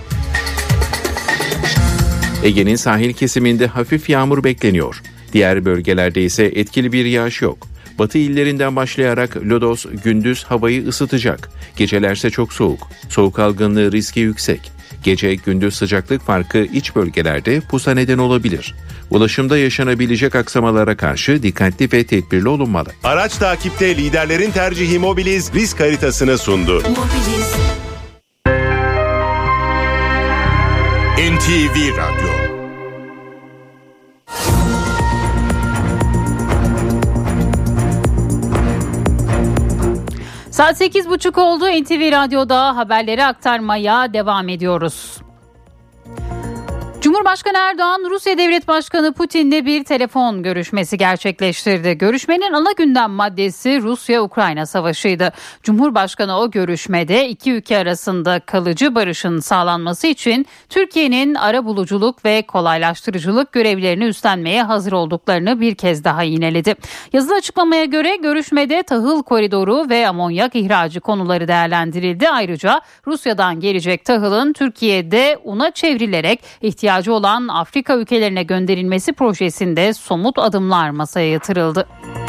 Ege'nin sahil kesiminde hafif yağmur bekleniyor. Diğer bölgelerde ise etkili bir yağış yok. Batı illerinden başlayarak lodos gündüz havayı ısıtacak. Gecelerse çok soğuk. Soğuk algınlığı riski yüksek. Gece gündüz sıcaklık farkı iç bölgelerde pusa neden olabilir. Ulaşımda yaşanabilecek aksamalara karşı dikkatli ve tedbirli olunmalı.
Araç takipte liderlerin tercihi Mobiliz risk haritasını sundu.
Mobiliz.
NTV Radyo.
Saat 8.30 oldu. NTV Radyo'da haberleri aktarmaya devam ediyoruz. Cumhurbaşkanı Erdoğan, Rusya Devlet Başkanı Putin'le bir telefon görüşmesi gerçekleştirdi. Görüşmenin ana gündem maddesi Rusya-Ukrayna savaşıydı. Cumhurbaşkanı o görüşmede iki ülke arasında kalıcı barışın sağlanması için Türkiye'nin arabuluculuk ve kolaylaştırıcılık görevlerini üstlenmeye hazır olduklarını bir kez daha yineledi. Yazılı açıklamaya göre görüşmede tahıl koridoru ve amonyak ihracı konuları değerlendirildi. Ayrıca Rusya'dan gelecek tahılın Türkiye'de una çevrilerek ihtiyacı olan Afrika ülkelerine gönderilmesi projesinde somut adımlar masaya yatırıldı.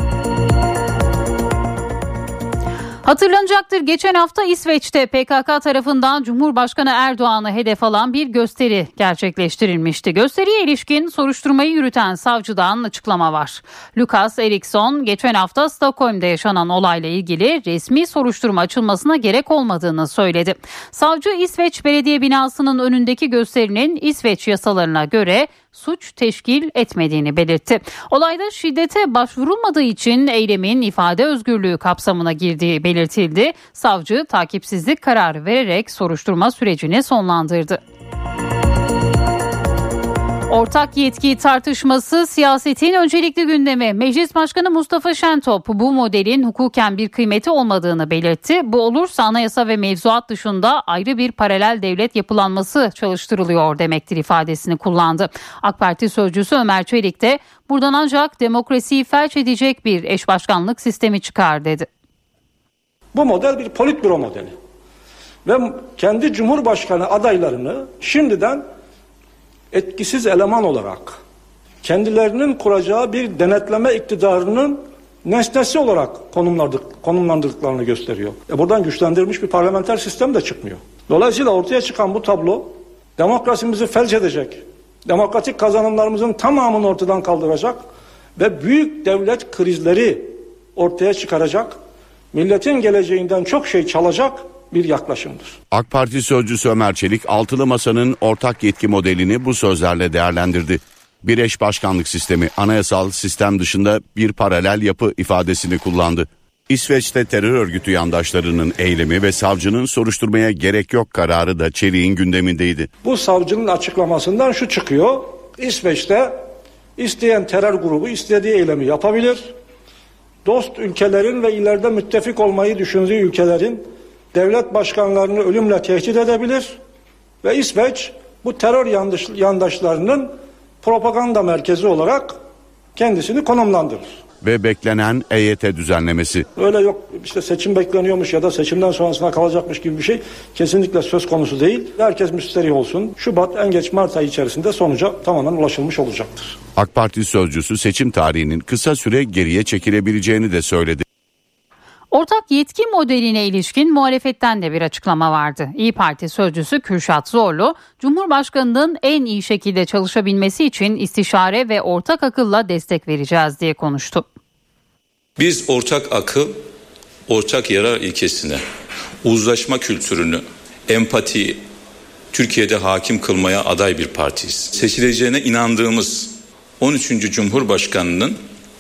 Hatırlanacaktır, geçen hafta İsveç'te PKK tarafından Cumhurbaşkanı Erdoğan'ı hedef alan bir gösteri gerçekleştirilmişti. Gösteriye ilişkin soruşturmayı yürüten savcıdan açıklama var. Lukas Eriksson geçen hafta Stockholm'da yaşanan olayla ilgili resmi soruşturma açılmasına gerek olmadığını söyledi. Savcı İsveç Belediye binasının önündeki gösterinin İsveç yasalarına göre suç teşkil etmediğini belirtti. Olayda şiddete başvurulmadığı için eylemin ifade özgürlüğü kapsamına girdiği belirtildi. Savcı takipsizlik kararı vererek soruşturma sürecini sonlandırdı. Ortak yetki tartışması siyasetin öncelikli gündemi. Meclis Başkanı Mustafa Şentop bu modelin hukuken bir kıymeti olmadığını belirtti. Bu olursa anayasa ve mevzuat dışında ayrı bir paralel devlet yapılanması çalıştırılıyor demektir ifadesini kullandı. AK Parti sözcüsü Ömer Çelik de buradan ancak demokrasiyi felç edecek bir eş başkanlık sistemi çıkar dedi.
Bu model bir politbüro modeli ve kendi cumhurbaşkanı adaylarını şimdiden etkisiz eleman olarak kendilerinin kuracağı bir denetleme iktidarının nesnesi olarak konumlandırdıklarını gösteriyor. Buradan güçlendirilmiş bir parlamenter sistem de çıkmıyor. Dolayısıyla ortaya çıkan bu tablo demokrasimizi felç edecek, demokratik kazanımlarımızın tamamını ortadan kaldıracak ve büyük devlet krizleri ortaya çıkaracak, milletin geleceğinden çok şey çalacak bir yaklaşımdır.
AK Parti sözcüsü Ömer Çelik, altılı masanın ortak yetki modelini bu sözlerle değerlendirdi. Bir eş başkanlık sistemi, anayasal sistem dışında bir paralel yapı ifadesini kullandı. İsveç'te terör örgütü yandaşlarının eylemi ve savcının soruşturmaya gerek yok kararı da Çelik'in gündemindeydi.
Bu savcının açıklamasından şu çıkıyor: İsveç'te isteyen terör grubu istediği eylemi yapabilir. Dost ülkelerin ve ileride müttefik olmayı düşündüğü ülkelerin devlet başkanlarını ölümle tehdit edebilir ve İsveç bu terör yandaşlarının propaganda merkezi olarak kendisini konumlandırır.
Ve beklenen EYT düzenlemesi.
Öyle yok işte seçim bekleniyormuş ya da seçimden sonrasına kalacakmış gibi bir şey kesinlikle söz konusu değil. Herkes müsterih olsun. Şubat en geç Mart ayı içerisinde sonuca tamamen ulaşılmış olacaktır.
AK Parti sözcüsü seçim tarihinin kısa süre geriye çekilebileceğini de söyledi.
Ortak yetki modeline ilişkin muhalefetten de bir açıklama vardı. İYİ Parti sözcüsü Kürşat Zorlu, Cumhurbaşkanı'nın en iyi şekilde çalışabilmesi için istişare ve ortak akılla destek vereceğiz diye konuştu.
Biz ortak akıl, ortak yarar ilkesine, uzlaşma kültürünü, empatiyi Türkiye'de hakim kılmaya aday bir partiyiz. Seçileceğine inandığımız 13. Cumhurbaşkanı'nın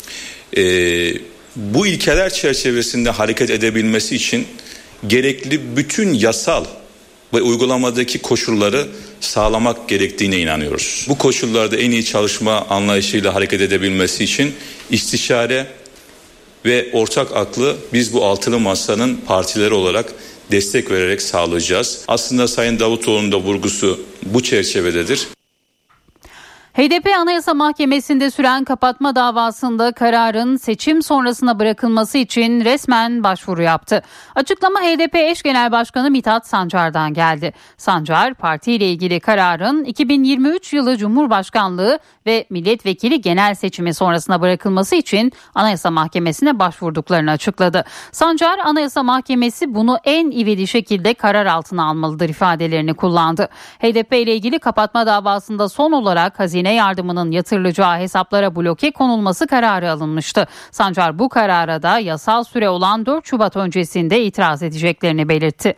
bu ilkeler çerçevesinde hareket edebilmesi için gerekli bütün yasal ve uygulamadaki koşulları sağlamak gerektiğine inanıyoruz. Bu koşullarda en iyi çalışma anlayışıyla hareket edebilmesi için istişare ve ortak aklı biz bu altılı masanın partileri olarak destek vererek sağlayacağız. Aslında Sayın Davutoğlu'nun da vurgusu bu çerçevededir.
HDP Anayasa Mahkemesi'nde süren kapatma davasında kararın seçim sonrasına bırakılması için resmen başvuru yaptı. Açıklama HDP eş genel başkanı Mithat Sancar'dan geldi. Sancar, partiyle ilgili kararın 2023 yılı Cumhurbaşkanlığı ve milletvekili genel seçimi sonrasına bırakılması için Anayasa Mahkemesi'ne başvurduklarını açıkladı. Sancar, Anayasa Mahkemesi bunu en ivedi şekilde karar altına almalıdır ifadelerini kullandı. HDP ile ilgili kapatma davasında son olarak hazine yardımının yatırılacağı hesaplara bloke konulması kararı alınmıştı. Sancar bu karara da yasal süre olan 4 Şubat öncesinde itiraz edeceklerini belirtti.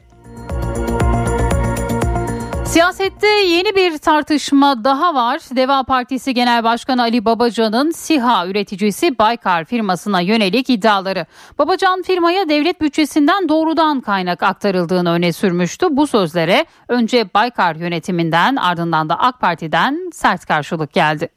Siyasette yeni bir tartışma daha var. Deva Partisi Genel Başkanı Ali Babacan'ın SİHA üreticisi Baykar firmasına yönelik iddiaları. Babacan firmaya devlet bütçesinden doğrudan kaynak aktarıldığını öne sürmüştü. Bu sözlere önce Baykar yönetiminden ardından da AK Parti'den sert karşılık geldi.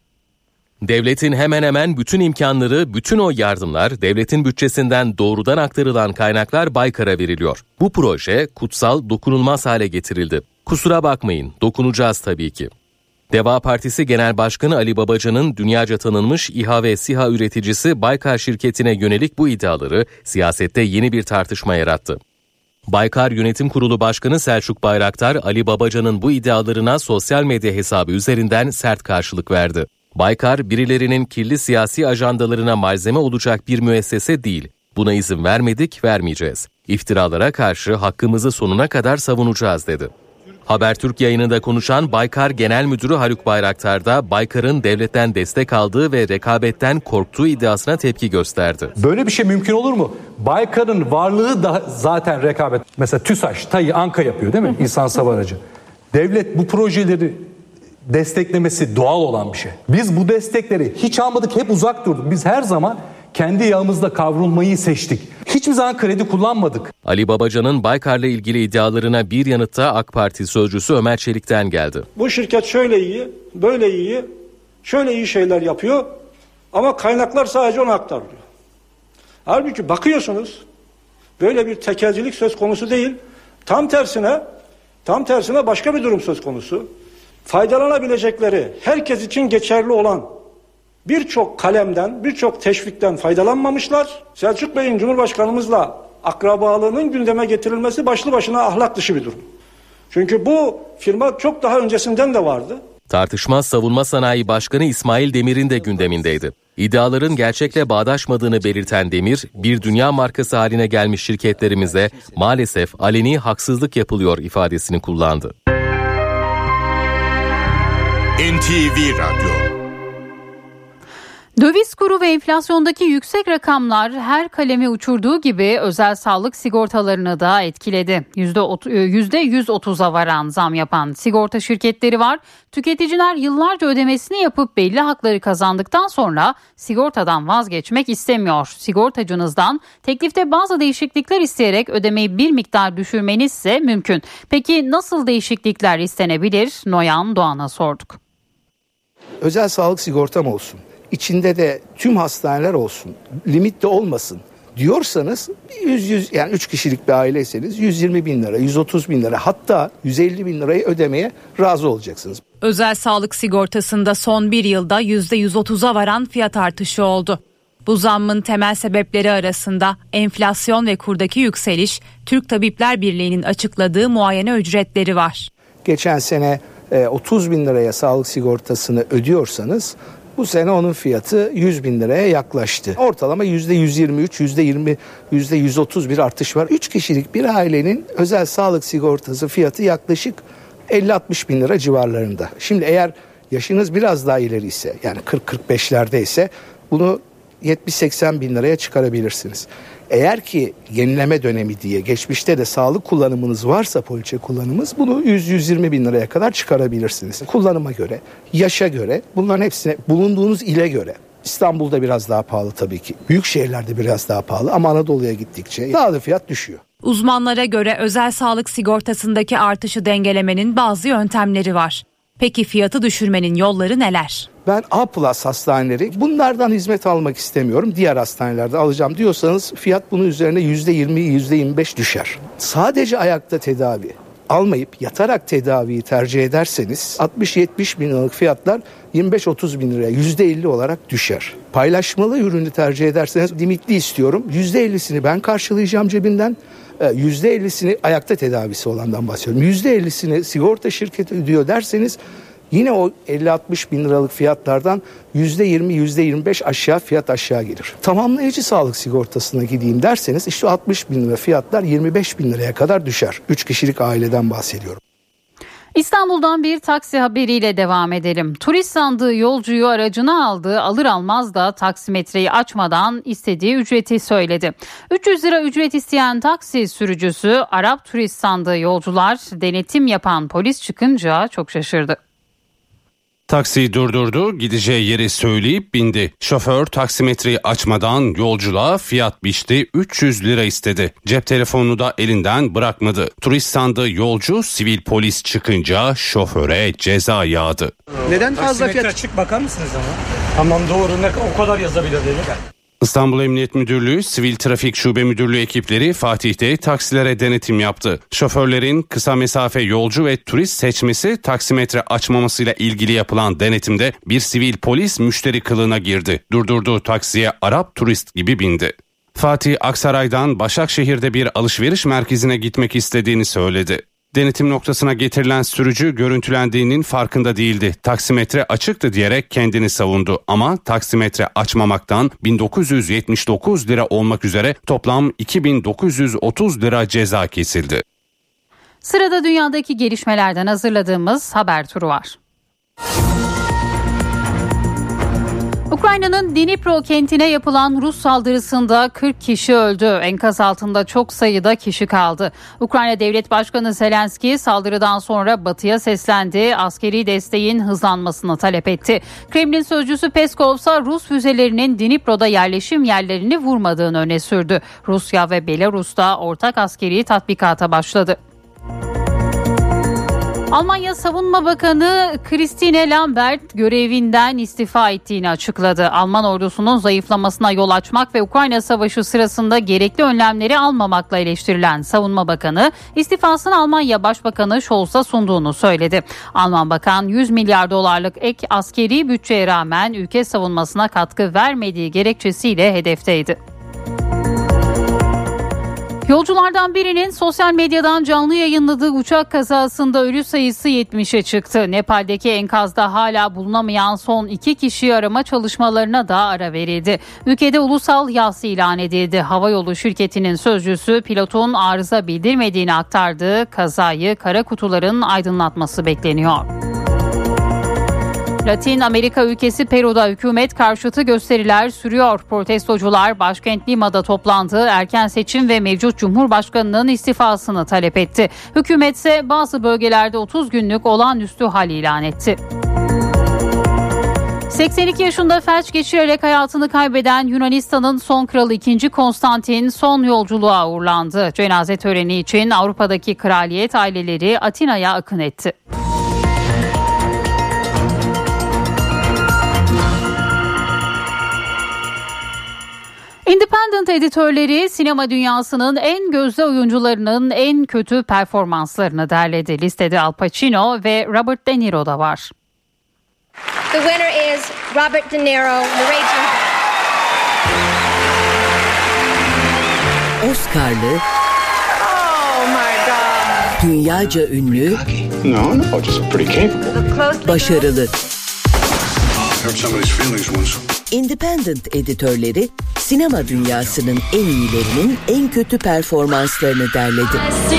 Devletin hemen hemen bütün imkanları, bütün o yardımlar, devletin bütçesinden doğrudan aktarılan kaynaklar Baykar'a veriliyor. Bu proje kutsal, dokunulmaz hale getirildi. Kusura bakmayın, dokunacağız tabii ki. Deva Partisi Genel Başkanı Ali Babacan'ın dünyaca tanınmış İHA ve SİHA üreticisi Baykar şirketine yönelik bu iddiaları siyasette yeni bir tartışma yarattı. Baykar Yönetim Kurulu Başkanı Selçuk Bayraktar, Ali Babacan'ın bu iddialarına sosyal medya hesabı üzerinden sert karşılık verdi. Baykar, birilerinin kirli siyasi ajandalarına malzeme olacak bir müessese değil. Buna izin vermedik, vermeyeceğiz. İftiralara karşı hakkımızı sonuna kadar savunacağız dedi. Habertürk yayınında konuşan Baykar Genel Müdürü Haluk Bayraktar da Baykar'ın devletten destek aldığı ve rekabetten korktuğu iddiasına tepki gösterdi.
Böyle bir şey mümkün olur mu? Baykar'ın varlığı da zaten rekabet. Mesela TÜSAŞ, TAİ, ANKA yapıyor değil mi? İnsan hava aracı. Devlet bu projeleri desteklemesi doğal olan bir şey. Biz bu destekleri hiç almadık, hep uzak durduk. Biz her zaman kendi yağımızda kavrulmayı seçtik. Hiçbir zaman kredi kullanmadık.
Ali Babacan'ın Baykar'la ilgili iddialarına bir yanıtta AK Parti sözcüsü Ömer Çelik'ten geldi.
Bu şirket şöyle iyi, böyle iyi, şöyle iyi şeyler yapıyor ama kaynaklar sadece ona aktarılıyor. Halbuki bakıyorsunuz böyle bir tekelcilik söz konusu değil. Tam tersine başka bir durum söz konusu. Faydalanabilecekleri, herkes için geçerli olan birçok kalemden, birçok teşvikten faydalanmamışlar. Selçuk Bey'in Cumhurbaşkanımızla akrabalığının gündeme getirilmesi başlı başına ahlak dışı bir durum. Çünkü bu firma çok daha öncesinden de vardı.
Tartışma Savunma Sanayi Başkanı İsmail Demir'in de gündemindeydi. İddiaların gerçekle bağdaşmadığını belirten Demir, bir dünya markası haline gelmiş şirketlerimize maalesef aleni haksızlık yapılıyor ifadesini kullandı.
NTV Radyo.
Döviz kuru ve enflasyondaki yüksek rakamlar her kalemi uçurduğu gibi özel sağlık sigortalarını da etkiledi. %130'a varan zam yapan sigorta şirketleri var. Tüketiciler yıllarca ödemesini yapıp belli hakları kazandıktan sonra sigortadan vazgeçmek istemiyor. Sigortacınızdan teklifte bazı değişiklikler isteyerek ödemeyi bir miktar düşürmeniz ise mümkün. Peki nasıl değişiklikler istenebilir? Noyan Doğan'a sorduk.
Özel sağlık sigortam olsun. İçinde de tüm hastaneler olsun. Limit de olmasın. diyorsanız 100 yani 3 kişilik bir aileyseniz 120 bin lira, 130 bin lira, hatta 150 bin lirayı ödemeye razı olacaksınız.
Özel sağlık sigortasında son bir yılda %130'a varan fiyat artışı oldu. Bu zammın temel sebepleri arasında enflasyon ve kurdaki yükseliş, Türk Tabipler Birliği'nin açıkladığı muayene ücretleri var.
Geçen sene 30 bin liraya sağlık sigortasını ödüyorsanız bu sene onun fiyatı 100 bin liraya yaklaştı. Ortalama %123, %130 bir artış var. 3 kişilik bir ailenin özel sağlık sigortası fiyatı yaklaşık 50-60 bin lira civarlarında. Şimdi eğer yaşınız biraz daha ileri ise, yani 40-45'lerde ise bunu 70-80 bin liraya çıkarabilirsiniz. Eğer ki yenileme dönemi diye geçmişte de sağlık kullanımınız varsa, poliçe kullanımınız, bunu 100-120 bin liraya kadar çıkarabilirsiniz. Kullanıma göre, yaşa göre, bunların hepsine, bulunduğunuz ile göre. İstanbul'da biraz daha pahalı tabii ki. Büyük şehirlerde biraz daha pahalı ama Anadolu'ya gittikçe daha da fiyat düşüyor.
Uzmanlara göre özel sağlık sigortasındaki artışı dengelemenin bazı yöntemleri var. Peki fiyatı düşürmenin yolları neler?
Ben A+ hastaneleri, bunlardan hizmet almak istemiyorum, diğer hastanelerde alacağım diyorsanız fiyat bunun üzerine %20, %25 düşer. Sadece ayakta tedavi almayıp yatarak tedaviyi tercih ederseniz 60-70 bin liralık fiyatlar 25-30 bin liraya %50 olarak düşer. Paylaşmalı ürünü tercih ederseniz limitli istiyorum, %50'sini ben karşılayacağım cebimden. %50'sini ayakta tedavisi olandan bahsediyorum. %50'sini sigorta şirketi ödüyor derseniz yine o 50-60 bin liralık fiyatlardan %20, %25 aşağı fiyat aşağı gelir. Tamamlayıcı sağlık sigortasına gideyim derseniz işte 60 bin lira fiyatlar 25 bin liraya kadar düşer. 3 kişilik aileden bahsediyorum.
İstanbul'dan bir taksi haberiyle devam edelim. Turist sandığı yolcuyu aracına aldı, alır almaz da taksimetreyi açmadan istediği ücreti söyledi. 300 lira ücret isteyen taksi sürücüsü Arap turist sandığı yolcular, denetim yapan polis çıkınca çok şaşırdı.
Taksiyi durdurdu, gideceği yeri söyleyip bindi. Şoför taksimetreyi açmadan yolculuğa fiyat biçti, 300 lira istedi. Cep telefonunu da elinden bırakmadı. Turist sandığı yolcu sivil polis çıkınca şoföre ceza yağdı.
Neden fazla fiyat?
Açık bakar mısınız ama? Tamam doğru, o kadar yazabilir değil.
İstanbul Emniyet Müdürlüğü, Sivil Trafik Şube Müdürlüğü ekipleri Fatih'te taksilere denetim yaptı. Şoförlerin kısa mesafe yolcu ve turist seçmesi taksimetre açmamasıyla ilgili yapılan denetimde bir sivil polis müşteri kılığına girdi. Durdurduğu taksiye Arap turist gibi bindi. Fatih, Aksaray'dan Başakşehir'de bir alışveriş merkezine gitmek istediğini söyledi. Denetim noktasına getirilen sürücü görüntülendiğinin farkında değildi. Taksimetre açıktı diyerek kendini savundu ama taksimetre açmamaktan 1979 lira olmak üzere toplam 2930 lira ceza kesildi.
Sırada dünyadaki gelişmelerden hazırladığımız haber turu var. Ukrayna'nın Dnipro kentine yapılan Rus saldırısında 40 kişi öldü. Enkaz altında çok sayıda kişi kaldı. Ukrayna Devlet Başkanı Zelenski saldırıdan sonra Batı'ya seslendi. Askeri desteğin hızlanmasını talep etti. Kremlin sözcüsü Peskov ise Rus füzelerinin Dnipro'da yerleşim yerlerini vurmadığını öne sürdü. Rusya ve Belarus'ta ortak askeri tatbikata başladı. Almanya Savunma Bakanı Christine Lambert görevinden istifa ettiğini açıkladı. Alman ordusunun zayıflamasına yol açmak ve Ukrayna Savaşı sırasında gerekli önlemleri almamakla eleştirilen Savunma Bakanı istifasını Almanya Başbakanı Scholz'a sunduğunu söyledi. Alman Bakan 100 milyar dolarlık ek askeri bütçeye rağmen ülke savunmasına katkı vermediği gerekçesiyle hedefteydi. Yolculardan birinin sosyal medyadan canlı yayınladığı uçak kazasında ölü sayısı 70'e çıktı. Nepal'deki enkazda hala bulunamayan son 2 kişiyi arama çalışmalarına da ara verildi. Ülkede ulusal yas ilan edildi. Havayolu şirketinin sözcüsü pilotun arıza bildirmediğini aktardığı kazayı kara kutuların aydınlatması bekleniyor. Latin Amerika ülkesi Peru'da hükümet karşıtı gösteriler sürüyor. Protestocular başkent Lima'da toplandı. Erken seçim ve mevcut Cumhurbaşkanı'nın istifasını talep etti. Hükümet ise bazı bölgelerde 30 günlük olağanüstü hal ilan etti. 82 yaşında felç geçirerek hayatını kaybeden Yunanistan'ın son kralı 2. Konstantin son yolculuğa uğurlandı. Cenaze töreni için Avrupa'daki kraliyet aileleri Atina'ya akın etti. Independent editörleri sinema dünyasının en gözde oyuncularının en kötü performanslarını derledi. Listede Al Pacino ve Robert De Niro da var.
The winner is Robert De Niro, The Raging Bull.
Oscar'lı, dünyaca ünlü, başarılı. Independent editörleri sinema dünyasının en iyilerinin en kötü performanslarını derledi.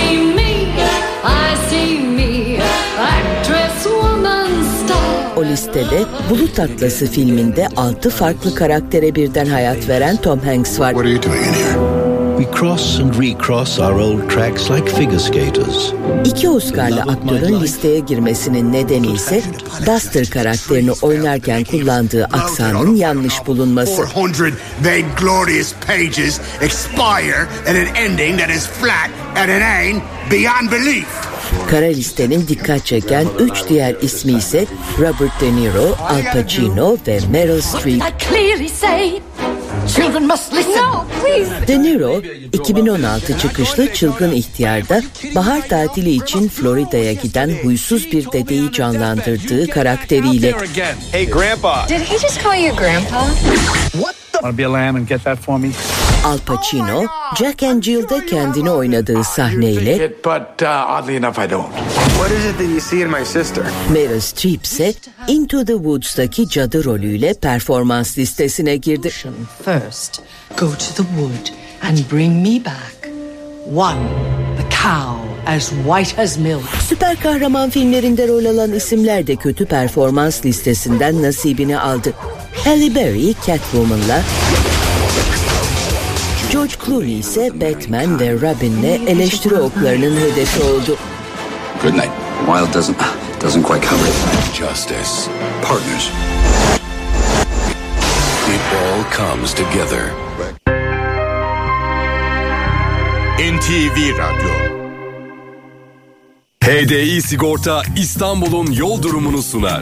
O listede Bulut Atlası filminde 6 farklı karaktere birden hayat veren Tom Hanks var.
We cross and recross our old tracks like figure skaters.
2 Oscar'lı aktörün listeye girmesinin nedeni ise Duster karakterini oynarken kullandığı aksanın yanlış bulunması.
400 vainglorious pages expire at an ending that is flat and inane beyond belief.
Kara listenin dikkat çeken 3 diğer ismi ise Robert De Niro, Al Pacino ve Meryl Streep.
Children must listen. No, please.
De Niro, 2016 çıkışlı Çılgın İhtiyar'da bahar tatili için Florida'ya giden huysuz bir dedeyi canlandırdığı karakteriyle.
Hey, Grandpa. Did he just call you Grandpa?
What the? Want to be a lamb and get that for me?
Al Pacino, Jack and Jill'de kendini oynadığı sahneyle,
But oddly enough I don't. What is it that you see in my sister?
Meryl Streep ise Into the Woods'daki cadı rolüyle performans listesine girdi.
First, go to the wood and bring me back the cow as white as milk.
Süper kahraman filmlerinde rol alan isimler de kötü performans listesinden nasibini aldı. Halle Berry Catwoman'la, George Clooney ise Batman ve Robin'le eleştiri oklarının hedefi oldu.
Good night. Wild doesn't quite cover it. Justice. Partners. It all comes together.
NTV Radyo. HDI Sigorta İstanbul'un yol durumunu sunar.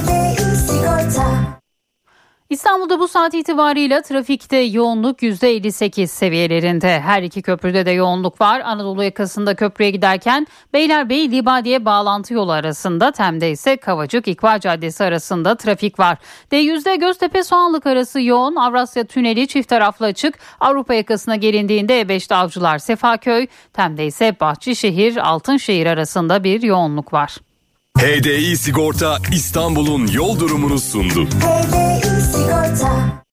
İstanbul'da bu saat itibarıyla trafikte yoğunluk %58 seviyelerinde. Her iki köprüde de yoğunluk var. Anadolu yakasında köprüye giderken Beylerbeyi-Libadiye bağlantı yolu arasında, Tem'de ise Kavacık-İkbal Caddesi arasında trafik var. D100'de Göztepe-Soğanlık arası yoğun. Avrasya Tüneli çift taraflı açık. Avrupa yakasına gelindiğinde E5'te Avcılar-Sefaköy, Tem'de ise Bahçeşehir-Altınşehir arasında bir yoğunluk var.
HDI Sigorta İstanbul'un yol durumunu sundu.
HDI Sigorta.